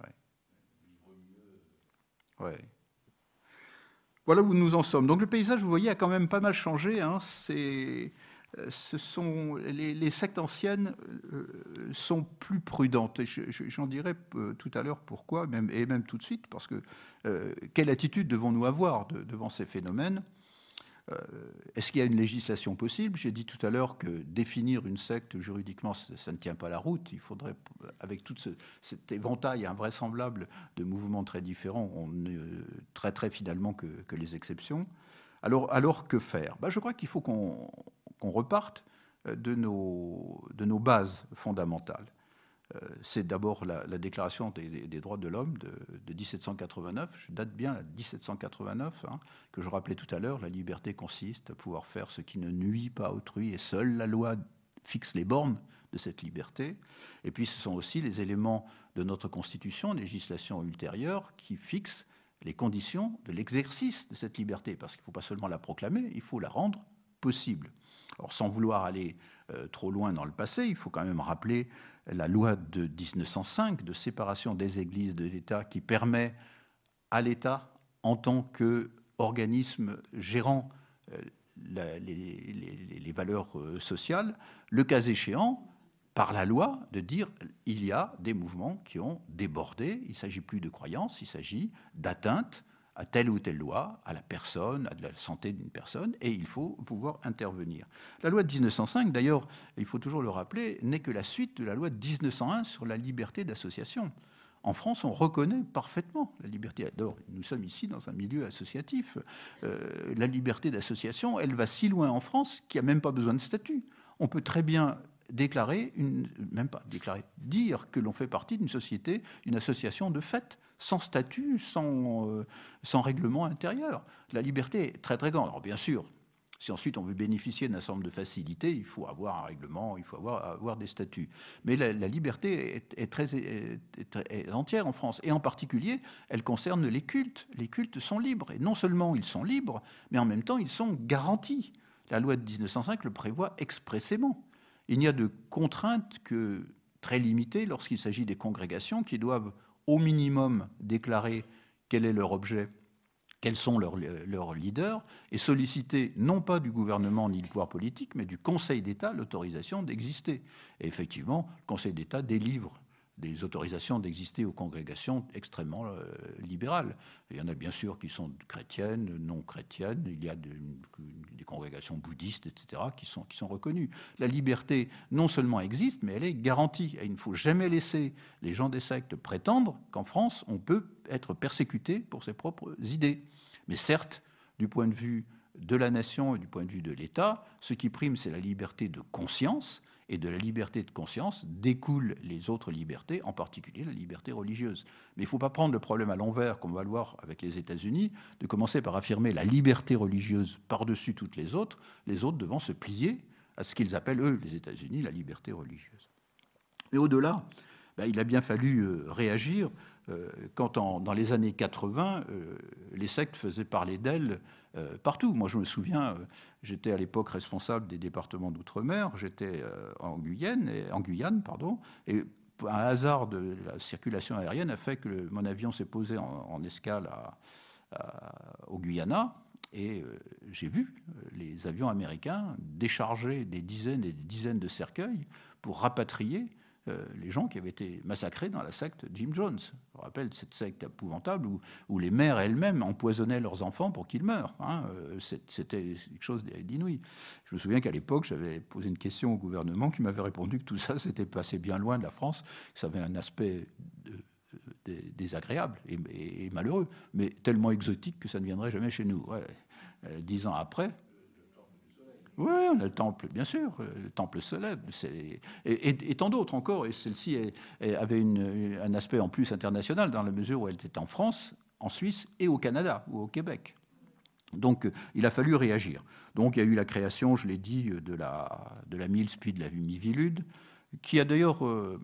Ouais. Voilà où nous en sommes. Donc le paysage, vous voyez, a quand même pas mal changé. Hein. C'est, ce sont, les, les sectes anciennes euh, sont plus prudentes. Et je, je, j'en dirai euh, tout à l'heure pourquoi, même, et même tout de suite, parce que euh, quelle attitude devons-nous avoir de, devant ces phénomènes ? Euh, est-ce qu'il y a une législation possible ? J'ai dit tout à l'heure que définir une secte juridiquement, ça, ça ne tient pas la route. Il faudrait, avec tout ce, cet éventail invraisemblable de mouvements très différents, on ne traiterait finalement que, que les exceptions. Alors, alors que faire ? Ben, je crois qu'il faut qu'on, qu'on reparte de nos, de nos bases fondamentales. C'est d'abord la, la Déclaration des, des, des droits de l'homme de, de dix-sept cent quatre-vingt-neuf. Je date bien à dix-sept cent quatre-vingt-neuf, hein, que je rappelais tout à l'heure. La liberté consiste à pouvoir faire ce qui ne nuit pas à autrui, et seule la loi fixe les bornes de cette liberté. Et puis ce sont aussi les éléments de notre Constitution, législation ultérieure, qui fixent les conditions de l'exercice de cette liberté, parce qu'il ne faut pas seulement la proclamer, il faut la rendre possible. Alors sans vouloir aller euh, trop loin dans le passé, il faut quand même rappeler la loi de dix-neuf cent cinq de séparation des églises de l'État, qui permet à l'État, en tant qu'organisme gérant euh, la, les, les, les valeurs euh, sociales, le cas échéant, par la loi, de dire il y a des mouvements qui ont débordé. Il ne s'agit plus de croyances, il s'agit d'atteinte à telle ou telle loi, à la personne, à la santé d'une personne, et il faut pouvoir intervenir. La loi de mille neuf cent cinq, d'ailleurs, il faut toujours le rappeler, n'est que la suite de la loi de mille neuf cent un sur la liberté d'association. En France, on reconnaît parfaitement la liberté. D'abord, nous sommes ici dans un milieu associatif. Euh, la liberté d'association, elle va si loin en France qu'il n'y a même pas besoin de statut. On peut très bien déclarer, une, même pas déclarer, dire que l'on fait partie d'une société, d'une association de fait, sans statut, sans, euh, sans règlement intérieur. La liberté est très très grande. Alors bien sûr, si ensuite on veut bénéficier d'un certain nombre de facilités, il faut avoir un règlement, il faut avoir, avoir des statuts. Mais la, la liberté est, est très est, est, est entière en France. Et en particulier, elle concerne les cultes. Les cultes sont libres. Et non seulement ils sont libres, mais en même temps, ils sont garantis. La loi de mille neuf cent cinq le prévoit expressément. Il n'y a de contraintes que très limitées lorsqu'il s'agit des congrégations qui doivent au minimum déclarer quel est leur objet, quels sont leurs, leurs leaders, et solliciter non pas du gouvernement ni du pouvoir politique, mais du Conseil d'État l'autorisation d'exister. Et effectivement, le Conseil d'État délivre des autorisations d'exister aux congrégations extrêmement euh, libérales. Et il y en a bien sûr qui sont chrétiennes, non chrétiennes, il y a de, des congrégations bouddhistes, et cetera, qui sont, qui sont reconnues. La liberté non seulement existe, mais elle est garantie. Et il ne faut jamais laisser les gens des sectes prétendre qu'en France, on peut être persécuté pour ses propres idées. Mais certes, du point de vue de la nation et du point de vue de l'État, ce qui prime, c'est la liberté de conscience, et de la liberté de conscience découlent les autres libertés, en particulier la liberté religieuse. Mais il ne faut pas prendre le problème à l'envers, comme on va le voir avec les États-Unis, de commencer par affirmer la liberté religieuse par-dessus toutes les autres, les autres devant se plier à ce qu'ils appellent, eux, les États-Unis, la liberté religieuse. Mais au-delà, ben, il a bien fallu euh, réagir euh, quand, en, dans les années quatre-vingt, euh, les sectes faisaient parler d'elles euh, partout. Moi, je me souviens, euh, j'étais à l'époque responsable des départements d'outre-mer, j'étais euh, en Guyane, et, en Guyane, pardon, et un hasard de la circulation aérienne a fait que le, mon avion s'est posé en, en escale à, à, au Guyana, et euh, j'ai vu les avions américains décharger des dizaines et des dizaines de cercueils pour rapatrier Euh, les gens qui avaient été massacrés dans la secte Jim Jones. Je me rappelle cette secte épouvantable où, où les mères elles-mêmes empoisonnaient leurs enfants pour qu'ils meurent. Hein. C'était quelque chose d'inouï. Je me souviens qu'à l'époque, j'avais posé une question au gouvernement qui m'avait répondu que tout ça s'était passé bien loin de la France, que ça avait un aspect de, de, désagréable et, et, et malheureux, mais tellement exotique que ça ne viendrait jamais chez nous. Ouais. Euh, dix ans après... Oui, on a le temple, bien sûr, le temple célèbre, et, et, et tant d'autres encore. Et celle-ci est, est, avait une, un aspect en plus international dans la mesure où elle était en France, en Suisse et au Canada ou au Québec. Donc, il a fallu réagir. Donc, il y a eu la création, je l'ai dit, de la, de la M I L S puis de la Miviludes, qui a d'ailleurs euh,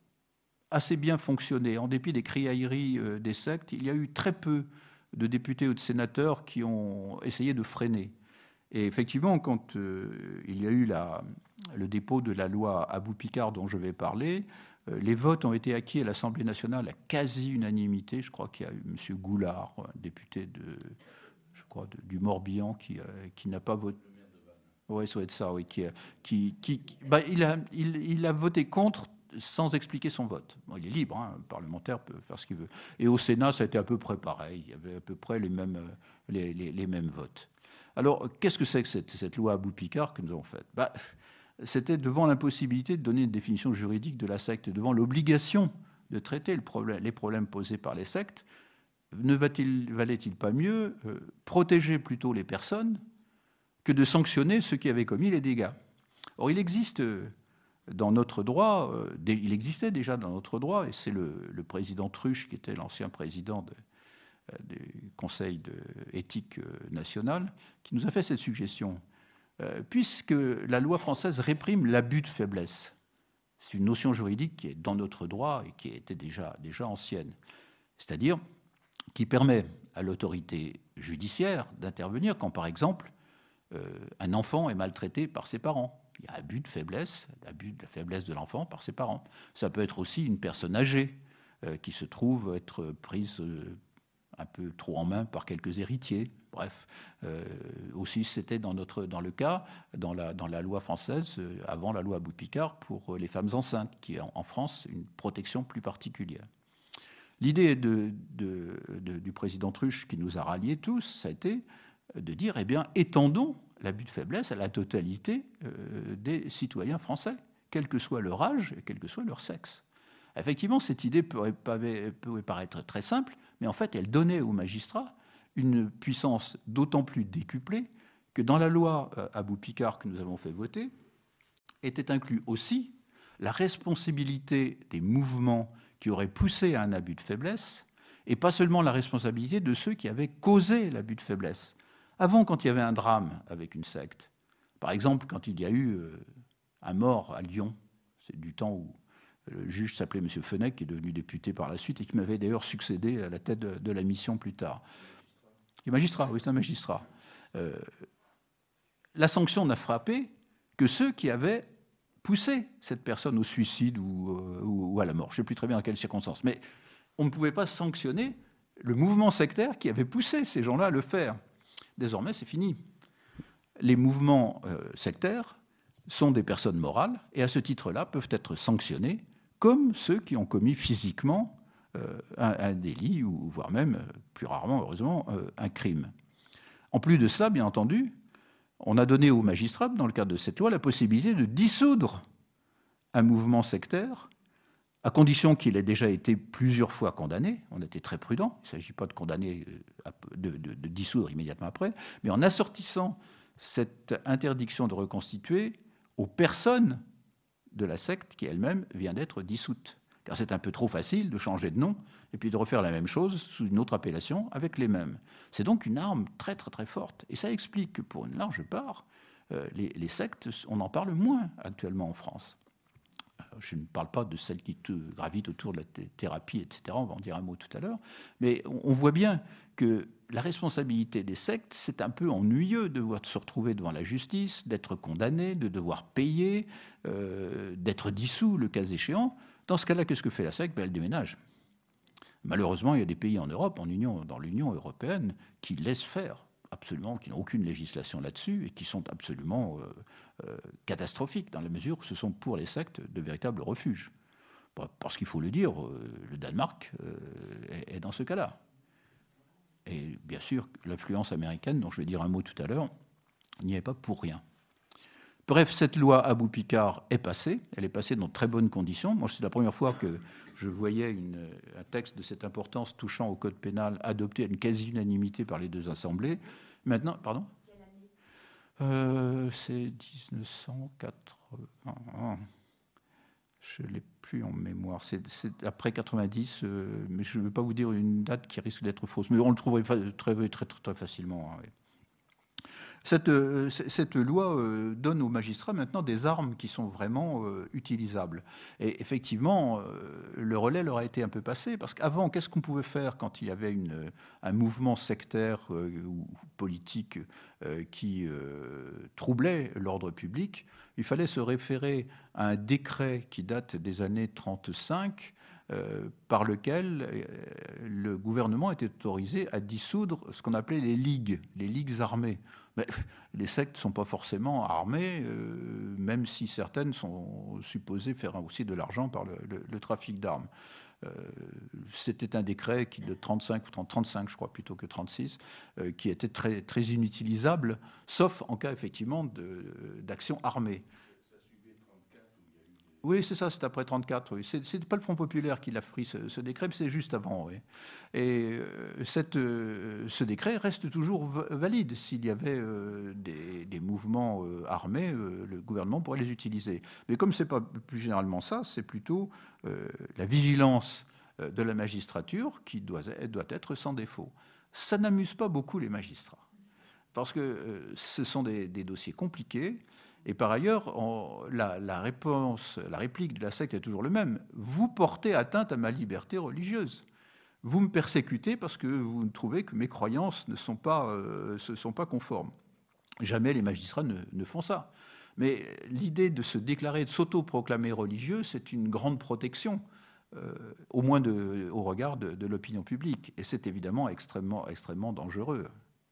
assez bien fonctionné. En dépit des criailleries euh, des sectes, il y a eu très peu de députés ou de sénateurs qui ont essayé de freiner. Et effectivement, quand euh, il y a eu la, le dépôt de la loi Abou-Picard dont je vais parler, euh, les votes ont été acquis à l'Assemblée nationale à quasi-unanimité. Je crois qu'il y a eu M. Goulard, député de, je crois, de, du Morbihan, qui, euh, qui n'a pas voté. Oui, ça doit être ça, oui. Qui, qui, qui, bah, il, a, il, il a voté contre sans expliquer son vote. Bon, il est libre, hein, le parlementaire peut faire ce qu'il veut. Et au Sénat, ça a été à peu près pareil. Il y avait à peu près les mêmes, les, les, les mêmes votes. Alors, qu'est-ce que c'est que cette, cette loi Abou-Picard que nous avons faite? bah, C'était devant l'impossibilité de donner une définition juridique de la secte, devant l'obligation de traiter le problème, les problèmes posés par les sectes. Ne valait-il pas mieux euh, protéger plutôt les personnes que de sanctionner ceux qui avaient commis les dégâts? Or, il existe dans notre droit, euh, il existait déjà dans notre droit, et c'est le, le président Truche, qui était l'ancien président de du Conseil de éthique national, qui nous a fait cette suggestion. Euh, puisque la loi française réprime l'abus de faiblesse, c'est une notion juridique qui est dans notre droit et qui était déjà, déjà ancienne, c'est-à-dire qui permet à l'autorité judiciaire d'intervenir quand, par exemple, euh, un enfant est maltraité par ses parents. Il y a abus de faiblesse, abus de la faiblesse de l'enfant par ses parents. Ça peut être aussi une personne âgée euh, qui se trouve être prise... Euh, un peu trop en main par quelques héritiers. Bref, euh, aussi c'était dans, notre, dans le cas, dans la, dans la loi française, euh, avant la loi Abou-Picard, pour les femmes enceintes, qui est en, en France une protection plus particulière. L'idée de, de, de, du président Truche, qui nous a ralliés tous, ça a été de dire, eh bien, étendons l'abus de faiblesse à la totalité euh, des citoyens français, quel que soit leur âge et quel que soit leur sexe. Effectivement, cette idée pourrait, pourrait paraître très simple, mais en fait, elle donnait aux magistrats une puissance d'autant plus décuplée que dans la loi Abou-Picard que nous avons fait voter, était inclus aussi la responsabilité des mouvements qui auraient poussé à un abus de faiblesse, et pas seulement la responsabilité de ceux qui avaient causé l'abus de faiblesse. Avant, quand il y avait un drame avec une secte, par exemple, quand il y a eu un mort à Lyon, c'est du temps où le juge s'appelait M. Fenech, qui est devenu député par la suite, et qui m'avait d'ailleurs succédé à la tête de, de la mission plus tard. Les magistrats, oui, c'est un magistrat. Euh, la sanction n'a frappé que ceux qui avaient poussé cette personne au suicide ou, euh, ou à la mort. Je ne sais plus très bien dans quelles circonstances. Mais on ne pouvait pas sanctionner le mouvement sectaire qui avait poussé ces gens-là à le faire. Désormais, c'est fini. Les mouvements euh, sectaires sont des personnes morales et à ce titre-là peuvent être sanctionnés comme ceux qui ont commis physiquement euh, un, un délit ou voire même, plus rarement, heureusement, euh, un crime. En plus de cela, bien entendu, on a donné aux magistrats, dans le cadre de cette loi, la possibilité de dissoudre un mouvement sectaire, à condition qu'il ait déjà été plusieurs fois condamné. On était très prudents, il ne s'agit pas de condamner, de, de, de dissoudre immédiatement après, mais en assortissant cette interdiction de reconstituer aux personnes de la secte qui elle-même vient d'être dissoute. Car c'est un peu trop facile de changer de nom et puis de refaire la même chose sous une autre appellation avec les mêmes. C'est donc une arme très très très forte. Et ça explique que pour une large part, euh, les, les sectes, on en parle moins actuellement en France. Alors, je ne parle pas de celles qui te gravitent autour de la thérapie, et cetera. On va en dire un mot tout à l'heure. Mais on, on voit bien que la responsabilité des sectes, c'est un peu ennuyeux de devoir se retrouver devant la justice, d'être condamné, de devoir payer, euh, d'être dissous, le cas échéant. Dans ce cas-là, qu'est-ce que fait la secte? Ben, elle déménage. Malheureusement, il y a des pays en Europe, en Union, dans l'Union européenne, qui laissent faire, absolument, qui n'ont aucune législation là-dessus et qui sont absolument euh, euh, catastrophiques, dans la mesure où ce sont pour les sectes de véritables refuges. Parce qu'il faut le dire, euh, le Danemark euh, est, est dans ce cas-là. Et bien sûr, l'influence américaine, dont je vais dire un mot tout à l'heure, n'y est pas pour rien. Bref, cette loi Abou-Picard est passée. Elle est passée dans de très bonnes conditions. Moi, c'est la première fois que je voyais une, un texte de cette importance touchant au code pénal adopté à une quasi-unanimité par les deux assemblées. Maintenant, pardon ? euh, C'est dix-neuf cent quatre-vingts. Je ne l'ai plus en mémoire. C'est, c'est après quatre-vingt-dix, euh, mais je ne veux pas vous dire une date qui risque d'être fausse. Mais on le trouverait très, très, très, très facilement. Hein, oui. Cette, cette loi donne aux magistrats maintenant des armes qui sont vraiment utilisables. Et effectivement, le relais leur a été un peu passé, parce qu'avant, qu'est-ce qu'on pouvait faire quand il y avait une, un mouvement sectaire ou politique qui troublait l'ordre public? Il fallait se référer à un décret qui date des années trente-cinq, Euh, par lequel euh, le gouvernement était autorisé à dissoudre ce qu'on appelait les ligues, les ligues armées. Mais les sectes ne sont pas forcément armées, euh, même si certaines sont supposées faire aussi de l'argent par le, le, le trafic d'armes. Euh, c'était un décret qui de trente-cinq ou trente, trente-cinq, je crois, plutôt que trente-six, euh, qui était très, très inutilisable, sauf en cas effectivement de, d'action armée. Oui, c'est ça, c'est après trente-quatre. Oui. Ce n'est pas le Front populaire qui l'a pris, ce, ce décret, mais c'est juste avant. Oui. Et euh, cette, euh, ce décret reste toujours valide. S'il y avait euh, des, des mouvements euh, armés, euh, le gouvernement pourrait les utiliser. Mais comme ce n'est pas plus généralement ça, c'est plutôt euh, la vigilance euh, de la magistrature qui doit, doit être sans défaut. Ça n'amuse pas beaucoup les magistrats, parce que euh, ce sont des, des dossiers compliqués. Et par ailleurs, on, la, la réponse, la réplique de la secte est toujours le même. Vous portez atteinte à ma liberté religieuse. Vous me persécutez parce que vous trouvez que mes croyances ne sont pas, euh, se sont pas conformes. Jamais les magistrats ne, ne font ça. Mais l'idée de se déclarer, de s'auto-proclamer religieux, c'est une grande protection. euh, au moins de, au regard de, de l'opinion publique. Et c'est évidemment extrêmement, extrêmement dangereux.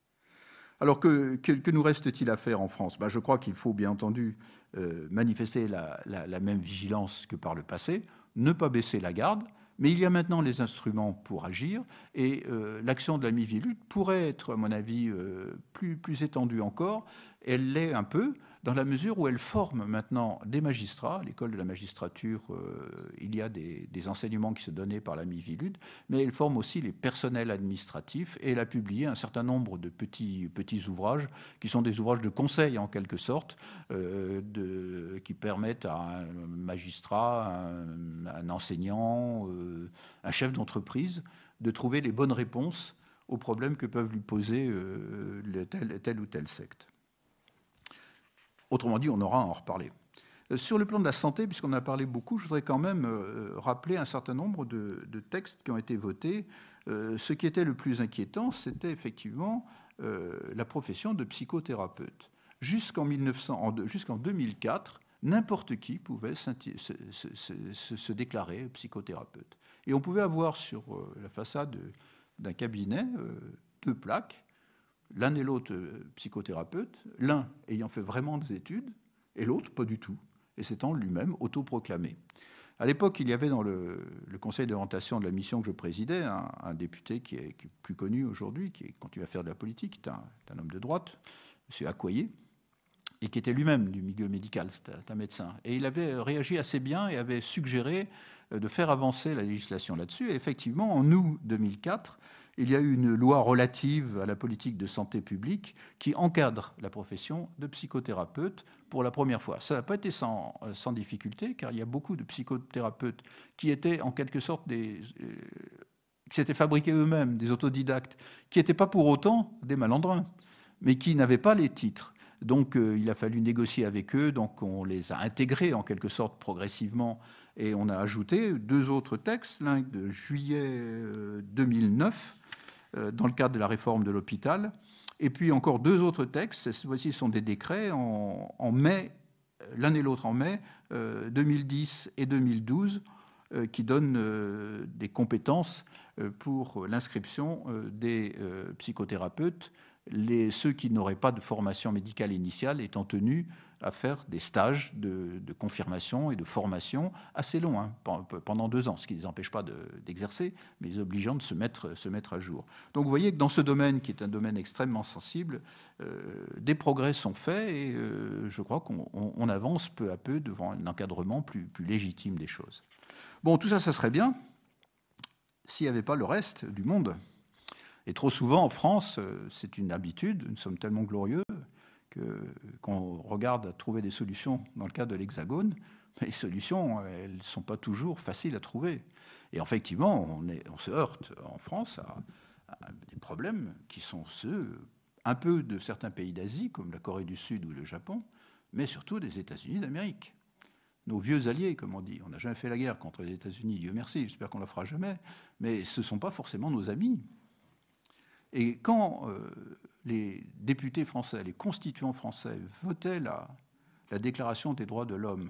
Alors, que, que, que nous reste-t-il à faire en France? Ben, je crois qu'il faut bien entendu euh, manifester la, la, la même vigilance que par le passé, ne pas baisser la garde, mais il y a maintenant les instruments pour agir, et euh, l'action de la Miviludes pourrait être, à mon avis, euh, plus, plus étendue encore. Elle l'est un peu, dans la mesure où elle forme maintenant des magistrats. À l'école de la magistrature, euh, il y a des, des enseignements qui se donnaient par la Miviludes, mais elle forme aussi les personnels administratifs, et elle a publié un certain nombre de petits, petits ouvrages, qui sont des ouvrages de conseil en quelque sorte, euh, de, qui permettent à un magistrat, un, un enseignant, euh, un chef d'entreprise, de trouver les bonnes réponses aux problèmes que peuvent lui poser euh, telle, telle ou telle secte. Autrement dit, on aura à en reparler. Sur le plan de la santé, puisqu'on a parlé beaucoup, je voudrais quand même euh, rappeler un certain nombre de, de textes qui ont été votés. Euh, ce qui était le plus inquiétant, c'était effectivement euh, la profession de psychothérapeute. Jusqu'en jusqu'en deux mille quatre, n'importe qui pouvait se, se, se, se déclarer psychothérapeute. Et on pouvait avoir sur euh, la façade d'un cabinet euh, deux plaques, l'un et l'autre psychothérapeute, l'un ayant fait vraiment des études, et l'autre pas du tout, et s'étant lui-même autoproclamé. À l'époque, il y avait dans le, le conseil d'orientation de la mission que je présidais un, un député qui est, qui est plus connu aujourd'hui, qui continue à faire de la politique, qui est un, un homme de droite, M. Accoyer, et qui était lui-même du milieu médical, c'était un médecin. Et il avait réagi assez bien et avait suggéré de faire avancer la législation là-dessus. Et effectivement, en août deux mille quatre, il y a eu une loi relative à la politique de santé publique qui encadre la profession de psychothérapeute pour la première fois. Ça n'a pas été sans, sans difficulté, car il y a beaucoup de psychothérapeutes qui étaient en quelque sorte des... Euh, qui s'étaient fabriqués eux-mêmes, des autodidactes, qui n'étaient pas pour autant des malandrins, mais qui n'avaient pas les titres. Donc euh, il a fallu négocier avec eux, donc on les a intégrés en quelque sorte progressivement, et on a ajouté deux autres textes, l'un de juillet deux mille neuf, euh, dans le cadre de la réforme de l'hôpital, et puis encore deux autres textes, cette fois-ci sont des décrets en, en mai, l'un et l'autre en mai euh, deux mille dix et deux mille douze, euh, qui donnent euh, des compétences euh, pour l'inscription euh, des euh, psychothérapeutes, Les, ceux qui n'auraient pas de formation médicale initiale étant tenus à faire des stages de, de confirmation et de formation assez longs, hein, pendant deux ans, ce qui ne les empêche pas de, d'exercer, mais les obligeant de se mettre, se mettre à jour. Donc vous voyez que dans ce domaine, qui est un domaine extrêmement sensible, euh, des progrès sont faits, et euh, je crois qu'on on, on avance peu à peu devant un encadrement plus, plus légitime des choses. Bon, tout ça, ça serait bien s'il n'y avait pas le reste du monde. Et trop souvent, en France, c'est une habitude, nous sommes tellement glorieux que, qu'on regarde à trouver des solutions dans le cadre de l'Hexagone, mais les solutions, elles ne sont pas toujours faciles à trouver. Et effectivement, on, est, on se heurte en France à, à des problèmes qui sont ceux un peu de certains pays d'Asie, comme la Corée du Sud ou le Japon, mais surtout des États-Unis d'Amérique. Nos vieux alliés, comme on dit. On n'a jamais fait la guerre contre les États-Unis, Dieu merci, j'espère qu'on ne la fera jamais, mais ce ne sont pas forcément nos amis. Et quand euh, les députés français, les constituants français votaient la, la Déclaration des droits de l'homme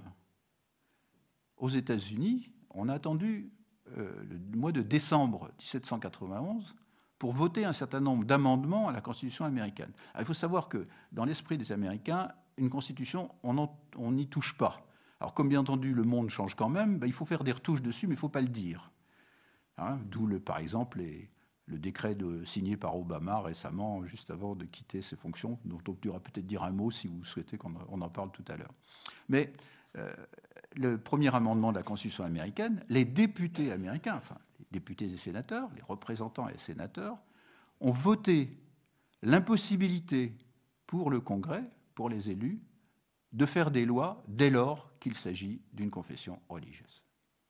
aux États-Unis, on a attendu euh, le mois de décembre dix-sept cent quatre-vingt-onze pour voter un certain nombre d'amendements à la Constitution américaine. Alors, il faut savoir que dans l'esprit des Américains, une Constitution, on n'y touche pas. Alors, comme bien entendu, le monde change quand même, ben, il faut faire des retouches dessus, mais il ne faut pas le dire. Hein, d'où, le, par exemple, les... le décret de, signé par Obama récemment, juste avant de quitter ses fonctions, dont on pourra peut-être dire un mot si vous souhaitez qu'on en parle tout à l'heure. Mais euh, le premier amendement de la Constitution américaine, les députés américains, enfin les députés et sénateurs, les représentants et sénateurs, ont voté l'impossibilité pour le Congrès, pour les élus, de faire des lois dès lors qu'il s'agit d'une confession religieuse.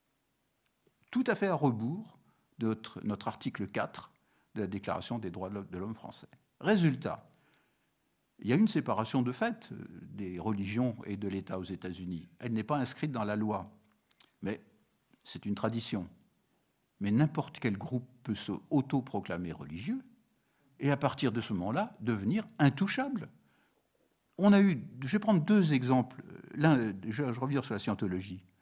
Tout à fait à rebours de notre, notre article quatre de la Déclaration des droits de l'homme français. Résultat, il y a une séparation de fait des religions et de l'État aux États-Unis. Elle n'est pas inscrite dans la loi, mais c'est une tradition. Mais n'importe quel groupe peut se autoproclamer religieux et à partir de ce moment-là, devenir intouchable. On a eu, je vais prendre deux exemples. L'un, je, je reviens sur la scientologie.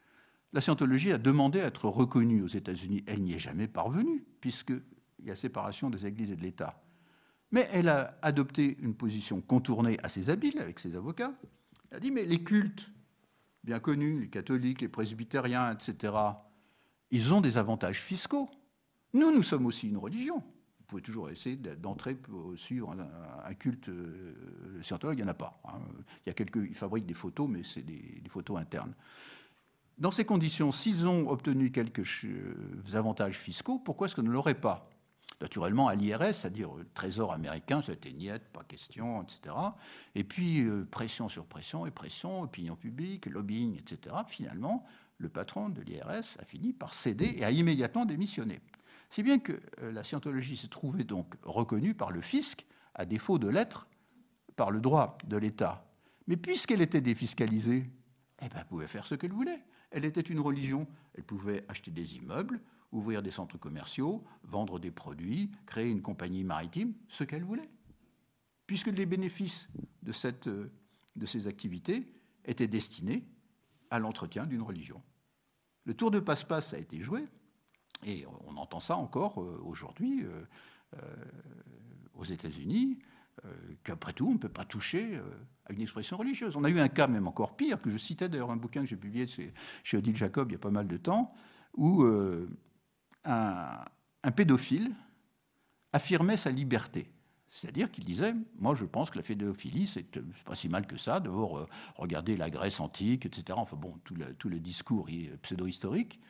La scientologie a demandé à être reconnue aux États-Unis. Elle n'y est jamais parvenue, puisqu'il y a séparation des églises et de l'État. Mais elle a adopté une position contournée assez habile avec ses avocats. Elle a dit, mais les cultes bien connus, les catholiques, les presbytériens, et cetera, ils ont des avantages fiscaux. Nous, nous sommes aussi une religion. Vous pouvez toujours essayer d'entrer pour suivre un, un culte euh, scientologue, il n'y en a pas. Hein. Il y a quelques, ils fabriquent des photos, mais c'est des, des photos internes. Dans ces conditions, s'ils ont obtenu quelques avantages fiscaux, pourquoi est-ce qu'on ne l'aurait pas? Naturellement, à l'I R S, c'est-à-dire le trésor américain, c'était niet, pas question, et cetera. Et puis, euh, pression sur pression et pression, opinion publique, lobbying, et cetera. Finalement, le patron de l'I R S a fini par céder et a immédiatement démissionné. Si bien que euh, la scientologie s'est trouvée donc reconnue par le fisc, à défaut de l'être par le droit de l'État. Mais puisqu'elle était défiscalisée, eh ben, elle pouvait faire ce qu'elle voulait. Elle était une religion. Elle pouvait acheter des immeubles, ouvrir des centres commerciaux, vendre des produits, créer une compagnie maritime, ce qu'elle voulait. Puisque les bénéfices de, cette, de ces activités étaient destinés à l'entretien d'une religion. Le tour de passe-passe a été joué, et on entend ça encore aujourd'hui euh, euh, aux États-Unis, euh, qu'après tout, on ne peut pas toucher euh, à une expression religieuse. On a eu un cas même encore pire, que je citais d'ailleurs un bouquin que j'ai publié chez, chez Odile Jacob il y a pas mal de temps, où euh, un, un pédophile affirmait sa liberté. C'est-à-dire qu'il disait, moi je pense que la pédophilie, c'est pas si mal que ça, de euh, regarder la Grèce antique, et cetera. Enfin bon, tout le, tout le discours pseudo-historique.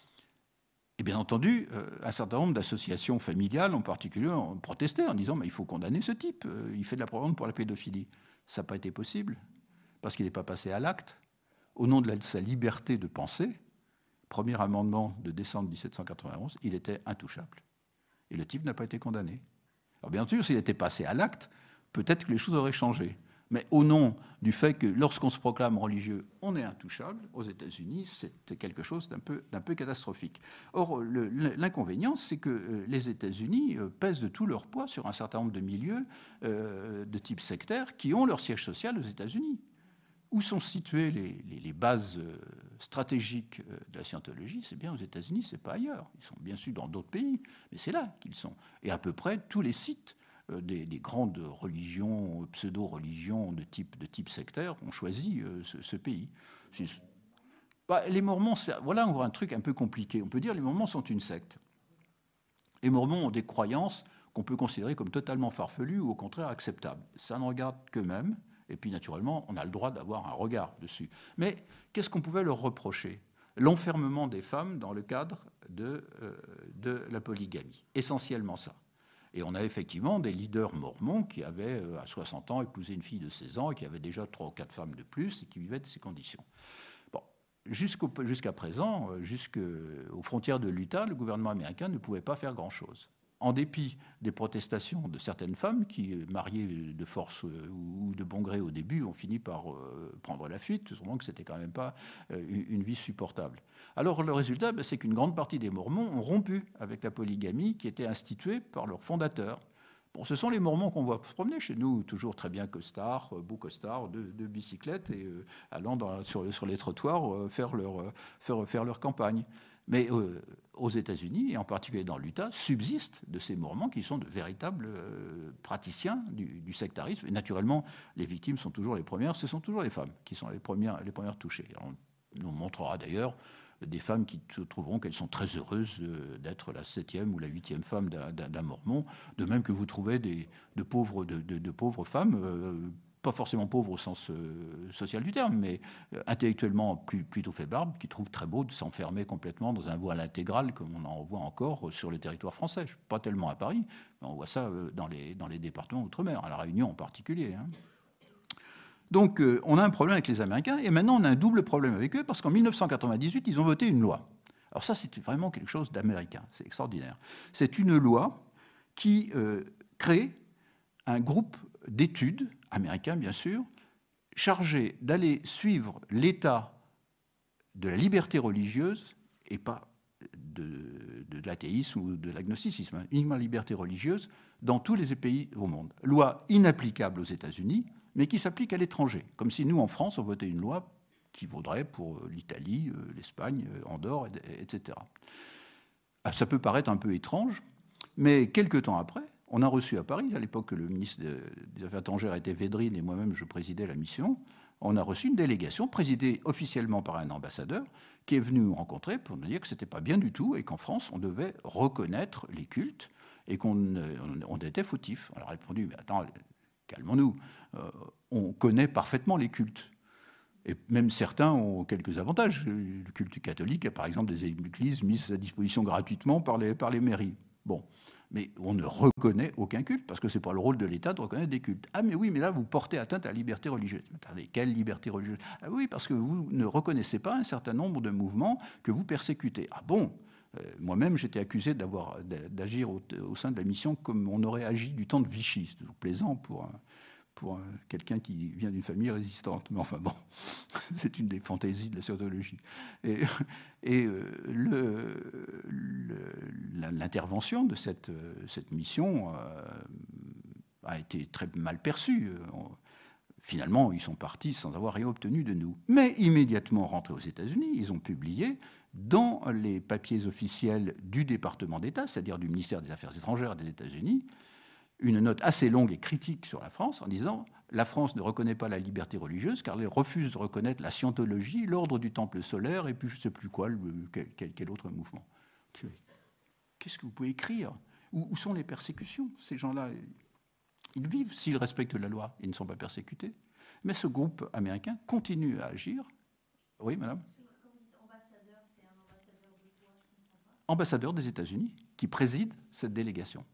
Et bien entendu, euh, un certain nombre d'associations familiales en particulier ont protesté en disant, mais il faut condamner ce type, euh, il fait de la propagande pour la pédophilie. Ça n'a pas été possible, parce qu'il n'est pas passé à l'acte. Au nom de la, sa liberté de penser, premier amendement de décembre mille sept cent quatre-vingt-onze, il était intouchable. Et le type n'a pas été condamné. Alors bien sûr, s'il était passé à l'acte, peut-être que les choses auraient changé. Mais au nom du fait que lorsqu'on se proclame religieux, on est intouchable, aux États-Unis, c'est quelque chose d'un peu, d'un peu catastrophique. Or, l'inconvénient, c'est que les États-Unis pèsent de tout leur poids sur un certain nombre de milieux euh, de type sectaire qui ont leur siège social aux États-Unis. Où sont situées les, les, les bases stratégiques de la scientologie? C'est bien aux États-Unis, c'est pas ailleurs. Ils sont bien sûr dans d'autres pays, mais c'est là qu'ils sont. Et à peu près tous les sites des, des grandes religions, pseudo-religions de type, de type sectaire ont choisi ce, ce pays. Bah, les Mormons, voilà on voit un truc un peu compliqué. On peut dire que les Mormons sont une secte. Les Mormons ont des croyances qu'on peut considérer comme totalement farfelues ou au contraire acceptables. Ça ne regarde qu'eux-mêmes. Et puis, naturellement, on a le droit d'avoir un regard dessus. Mais qu'est-ce qu'on pouvait leur reprocher? L'enfermement des femmes dans le cadre de, euh, de la polygamie. Essentiellement ça. Et on a effectivement des leaders mormons qui avaient, euh, à soixante ans, épousé une fille de seize ans et qui avaient déjà trois ou quatre femmes de plus et qui vivaient de ces conditions. Bon, jusqu'à présent, jusqu'aux frontières de l'Utah, le gouvernement américain ne pouvait pas faire grand-chose. En dépit des protestations de certaines femmes qui, mariées de force ou de bon gré au début, ont fini par prendre la fuite, sûrement que c'était quand même pas une vie supportable. Alors le résultat, c'est qu'une grande partie des Mormons ont rompu avec la polygamie qui était instituée par leurs fondateurs. Bon, ce sont les Mormons qu'on voit se promener chez nous, toujours très bien costards, beaux costards, de, de bicyclettes et euh, allant dans, sur, sur les trottoirs euh, faire, leur, euh, faire, faire leur campagne. Mais euh, aux États-Unis, et en particulier dans l'Utah, subsistent de ces Mormons qui sont de véritables euh, praticiens du, du sectarisme. Et naturellement, les victimes sont toujours les premières, ce sont toujours les femmes qui sont les premières, les premières touchées. On nous montrera d'ailleurs des femmes qui trouveront qu'elles sont très heureuses d'être la septième ou la huitième femme d'un Mormon, de même que vous trouvez des, de, pauvres, de, de, de pauvres femmes, euh, pas forcément pauvres au sens euh, social du terme, mais euh, intellectuellement plus, plutôt faiblardes, qui trouvent très beau de s'enfermer complètement dans un voile intégral, comme on en voit encore sur le territoire français. Pas tellement à Paris, mais on voit ça euh, dans, les, dans les départements outre-mer, à La Réunion en particulier. Hein. Donc, euh, on a un problème avec les Américains, et maintenant, on a un double problème avec eux, parce qu'en mille neuf cent quatre-vingt-dix-huit, ils ont voté une loi. Alors ça, c'est vraiment quelque chose d'américain, c'est extraordinaire. C'est une loi qui euh, crée un groupe d'études, américain bien sûr, chargé d'aller suivre l'état de la liberté religieuse, et pas de, de l'athéisme ou de l'agnosticisme, hein, uniquement la liberté religieuse, dans tous les pays au monde. Loi inapplicable aux États-Unis, mais qui s'applique à l'étranger. Comme si nous, en France, on votait une loi qui vaudrait pour l'Italie, l'Espagne, Andorre, et cetera. Ça peut paraître un peu étrange, mais quelques temps après, on a reçu à Paris, à l'époque le ministre des Affaires étrangères était Védrine et moi-même je présidais la mission, on a reçu une délégation présidée officiellement par un ambassadeur qui est venu nous rencontrer pour nous dire que ce n'était pas bien du tout et qu'en France, on devait reconnaître les cultes et qu'on on était fautif. On a répondu, mais attends, calmons-nous, euh, on connaît parfaitement les cultes. Et même certains ont quelques avantages. Le culte catholique a par exemple des églises mises à disposition gratuitement par les, par les mairies. Bon, mais on ne reconnaît aucun culte, parce que ce n'est pas le rôle de l'État de reconnaître des cultes. Ah mais oui, mais là, vous portez atteinte à la liberté religieuse. Attendez, quelle liberté religieuse? Ah oui, parce que vous ne reconnaissez pas un certain nombre de mouvements que vous persécutez. Ah bon? euh, Moi-même, j'étais accusé d'avoir, d'agir au, au sein de la mission comme on aurait agi du temps de Vichy. C'est toujours plaisant pour... Un, pour quelqu'un qui vient d'une famille résistante. Mais enfin bon, c'est une des fantaisies de la scientologie. Et, et le, le, l'intervention de cette, cette mission euh, a été très mal perçue. Finalement, ils sont partis sans avoir rien obtenu de nous. Mais immédiatement rentrés aux États-Unis, ils ont publié dans les papiers officiels du département d'État, c'est-à-dire du ministère des Affaires étrangères des États-Unis, une note assez longue et critique sur la France en disant « La France ne reconnaît pas la liberté religieuse car elle refuse de reconnaître la scientologie, l'ordre du temple solaire et puis je ne sais plus quoi, le, quel, quel autre mouvement. » Qu'est-ce que vous pouvez écrire? où, où sont les persécutions? Ces gens-là, ils vivent s'ils respectent la loi, ils ne sont pas persécutés. Mais ce groupe américain continue à agir. Oui, madame? Ambassadeur, c'est un ambassadeur de quoi? Je comprends pas. Ambassadeur des États-Unis qui préside cette délégation.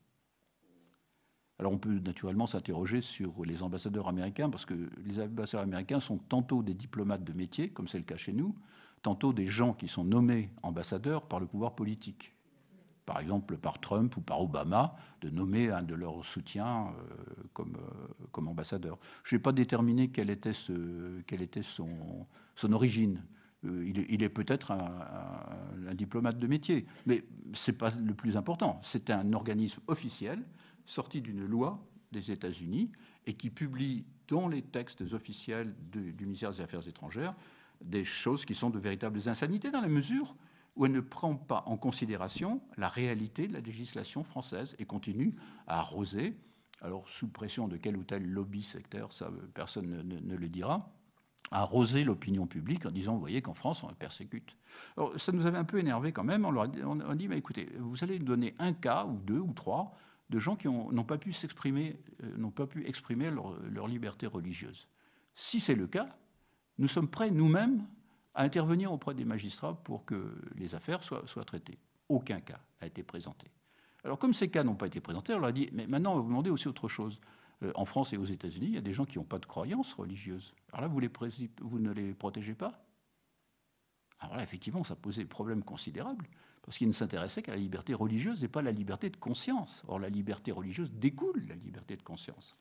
Alors on peut naturellement s'interroger sur les ambassadeurs américains, parce que les ambassadeurs américains sont tantôt des diplomates de métier, comme c'est le cas chez nous, tantôt des gens qui sont nommés ambassadeurs par le pouvoir politique. Par exemple par Trump ou par Obama, de nommer un de leurs soutiens euh, comme, euh, comme ambassadeur. Je n'ai pas déterminé quelle était, ce, quelle était son, son origine. Euh, il est, il est peut-être un, un, un diplomate de métier, mais ce n'est pas le plus important. C'est un organisme officiel sorti d'une loi des États-Unis et qui publie dans les textes officiels de, du ministère des Affaires étrangères des choses qui sont de véritables insanités dans la mesure où elle ne prend pas en considération la réalité de la législation française et continue à arroser, alors sous pression de tel ou tel lobby sectaire, ça personne ne, ne, ne le dira, à arroser l'opinion publique en disant, vous voyez qu'en France, on la persécute. Alors, ça nous avait un peu énervé quand même. On leur a, on a dit, mais écoutez, vous allez nous donner un cas, ou deux, ou trois, de gens qui n'ont pas pu s'exprimer, euh, n'ont pas pu exprimer leur, leur liberté religieuse. Si c'est le cas, nous sommes prêts nous-mêmes à intervenir auprès des magistrats pour que les affaires soient, soient traitées. Aucun cas n'a été présenté. Alors comme ces cas n'ont pas été présentés, on leur a dit, mais maintenant on va vous demander aussi autre chose. Euh, en France et aux États-Unis, il y a des gens qui n'ont pas de croyance religieuse. Alors là, vous, les, vous ne les protégez pas? Alors là, effectivement, ça posait des problèmes considérables, parce qu'ils ne s'intéressaient qu'à la liberté religieuse et pas à la liberté de conscience. Or, la liberté religieuse découle de la liberté de conscience.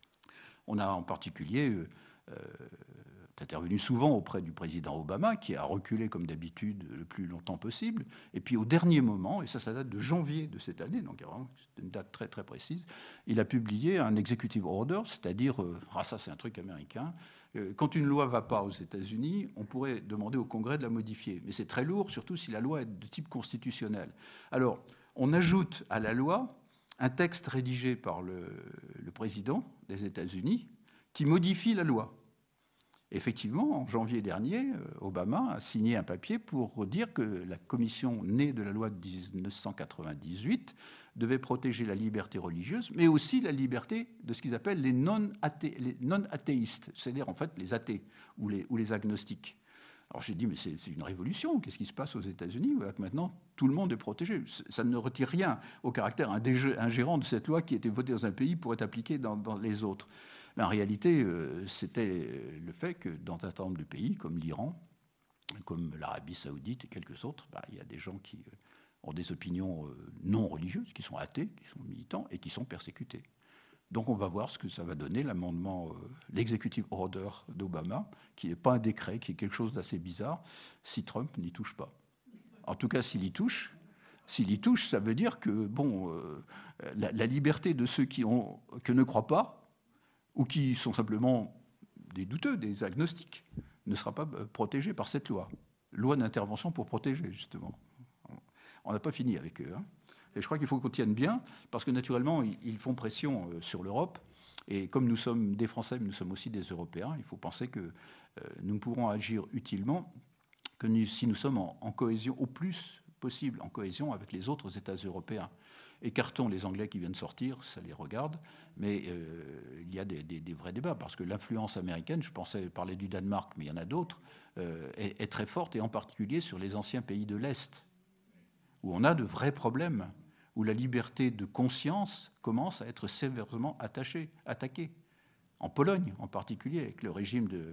On a en particulier euh, euh, intervenu souvent auprès du président Obama, qui a reculé comme d'habitude le plus longtemps possible. Et puis au dernier moment, et ça, ça date de janvier de cette année, donc c'est une date très très précise, il a publié un executive order, c'est-à-dire, euh, ah ça c'est un truc américain, euh, quand une loi ne va pas aux États-Unis, on pourrait demander au Congrès de la modifier. Mais c'est très lourd, surtout si la loi est de type constitutionnel. Alors, on ajoute à la loi un texte rédigé par le, le président des États-Unis qui modifie la loi. Effectivement, en janvier dernier, Obama a signé un papier pour dire que la commission née de la loi de dix-neuf cent quatre-vingt-dix-huit devait protéger la liberté religieuse, mais aussi la liberté de ce qu'ils appellent les non-athé- les non-athéistes, c'est-à-dire en fait les athées ou les, ou les agnostiques. Alors j'ai dit, mais c'est, c'est une révolution, qu'est-ce qui se passe aux États-Unis? Voilà que maintenant, tout le monde est protégé. Ça ne retire rien au caractère ingérant de cette loi qui était votée dans un pays pour être appliquée dans, dans les autres. Mais en réalité, euh, c'était le fait que dans un certain nombre de pays, comme l'Iran, comme l'Arabie saoudite et quelques autres, bah, il y a des gens qui ont des opinions euh, non religieuses, qui sont athées, qui sont militants et qui sont persécutés. Donc on va voir ce que ça va donner, l'amendement, euh, l'executive order d'Obama, qui n'est pas un décret, qui est quelque chose d'assez bizarre, si Trump n'y touche pas. En tout cas, s'il y touche, s'il y touche, ça veut dire que bon, euh, la, la liberté de ceux qui, ont, qui ne croient pas, ou qui sont simplement des douteux, des agnostiques, ne sera pas protégé par cette loi. Loi d'intervention pour protéger, justement. On n'a pas fini avec eux. Hein. Et je crois qu'il faut qu'on tienne bien, parce que naturellement, ils font pression sur l'Europe. Et comme nous sommes des Français, mais nous sommes aussi des Européens, il faut penser que euh, nous ne pourrons agir utilement que nous, si nous sommes en, en cohésion, au plus possible, en cohésion avec les autres États européens. Écartons les Anglais qui viennent sortir, ça les regarde, mais euh, il y a des, des, des vrais débats, parce que l'influence américaine, je pensais parler du Danemark, mais il y en a d'autres, euh, est, est très forte, et en particulier sur les anciens pays de l'Est, où on a de vrais problèmes, où la liberté de conscience commence à être sévèrement attachée, attaquée. En Pologne, en particulier, avec le régime de,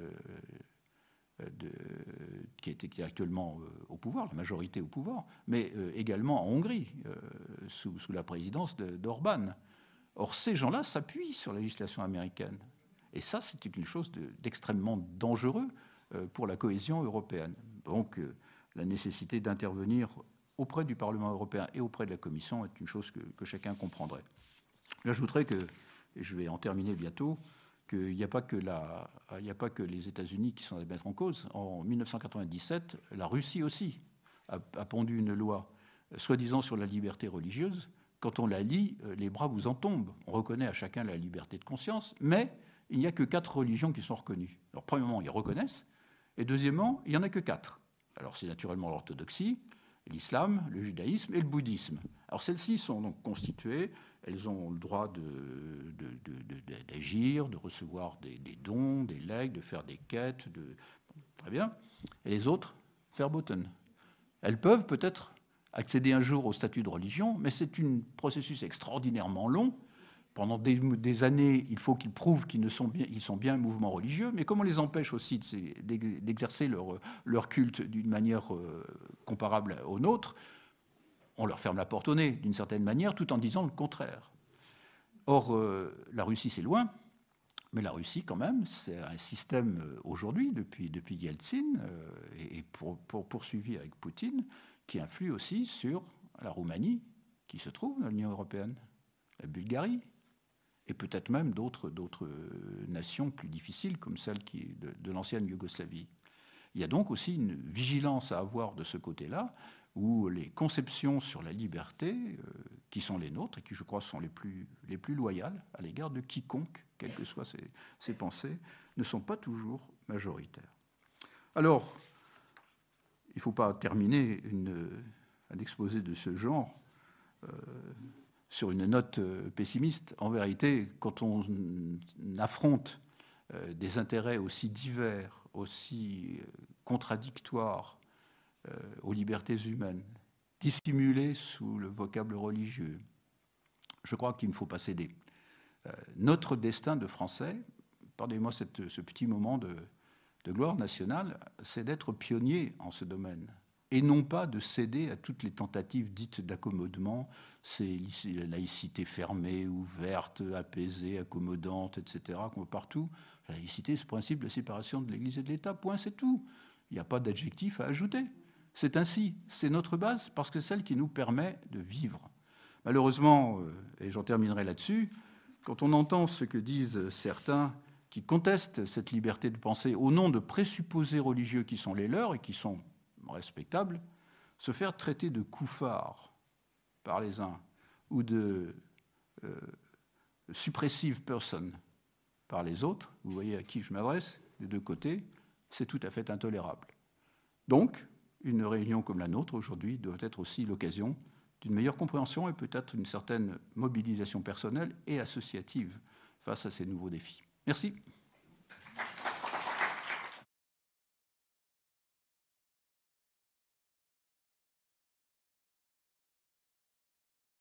de, qui, est, qui est actuellement au pouvoir, la majorité au pouvoir, mais également en Hongrie, sous, sous la présidence d'Orban. Or, ces gens-là s'appuient sur la législation américaine. Et ça, c'est une chose d'extrêmement dangereux pour la cohésion européenne. Donc, la nécessité d'intervenir auprès du Parlement européen et auprès de la Commission est une chose que, que chacun comprendrait. J'ajouterais que, et je vais en terminer bientôt, qu'il n'y a pas que la, il n'y a pas que les États-Unis qui sont à mettre en cause. En mille neuf cent quatre-vingt-dix-sept, la Russie aussi a, a pondu une loi, soi-disant sur la liberté religieuse. Quand on la lit, les bras vous en tombent. On reconnaît à chacun la liberté de conscience, mais il n'y a que quatre religions qui sont reconnues. Alors, premièrement, ils reconnaissent, et deuxièmement, il n'y en a que quatre. Alors, c'est naturellement l'orthodoxie, l'islam, le judaïsme et le bouddhisme. Alors celles-ci sont donc constituées, elles ont le droit de, de, de, de, d'agir, de recevoir des, des dons, des legs, de faire des quêtes, de... Bon, très bien. Et les autres, verboten. Elles peuvent peut-être accéder un jour au statut de religion, mais c'est un processus extraordinairement long. Pendant des, des années, il faut qu'ils prouvent qu'ils sont bien, ils sont bien un mouvement religieux, mais comme on les empêche aussi de, d'exercer leur, leur culte d'une manière euh, comparable aux nôtres, on leur ferme la porte au nez, d'une certaine manière, tout en disant le contraire. Or, euh, la Russie, c'est loin, mais la Russie, quand même, c'est un système euh, aujourd'hui, depuis, depuis Yeltsin, euh, et, et pour, pour, poursuivi avec Poutine, qui influe aussi sur la Roumanie, qui se trouve dans l'Union européenne, la Bulgarie, et peut-être même d'autres, d'autres nations plus difficiles, comme celle qui, de, de l'ancienne Yougoslavie. Il y a donc aussi une vigilance à avoir de ce côté-là, où les conceptions sur la liberté, euh, qui sont les nôtres, et qui, je crois, sont les plus, les plus loyales à l'égard de quiconque, quelles que soient ses, ses pensées, ne sont pas toujours majoritaires. Alors, il ne faut pas terminer une, un exposé de ce genre euh, sur une note pessimiste. En vérité, quand on affronte euh, des intérêts aussi divers, aussi contradictoires euh, aux libertés humaines, dissimulés sous le vocable religieux, je crois qu'il ne faut pas céder. Euh, notre destin de Français, pardonnez-moi cette, ce petit moment de, de gloire nationale, c'est d'être pionnier en ce domaine, et non pas de céder à toutes les tentatives dites d'accommodement, c'est la laïcité fermée, ouverte, apaisée, accommodante, et cetera, qu'on voit partout. La laïcité, c'est le principe de la séparation de l'Église et de l'État, point, c'est tout. Il n'y a pas d'adjectif à ajouter. C'est ainsi, c'est notre base, parce que c'est celle qui nous permet de vivre. Malheureusement, et j'en terminerai là-dessus, quand on entend ce que disent certains qui contestent cette liberté de penser au nom de présupposés religieux qui sont les leurs et qui sont respectables, se faire traiter de couffard par les uns ou de euh, suppressive person par les autres, vous voyez à qui je m'adresse, des deux côtés, c'est tout à fait intolérable. Donc, une réunion comme la nôtre aujourd'hui doit être aussi l'occasion d'une meilleure compréhension et peut-être une certaine mobilisation personnelle et associative face à ces nouveaux défis. Merci.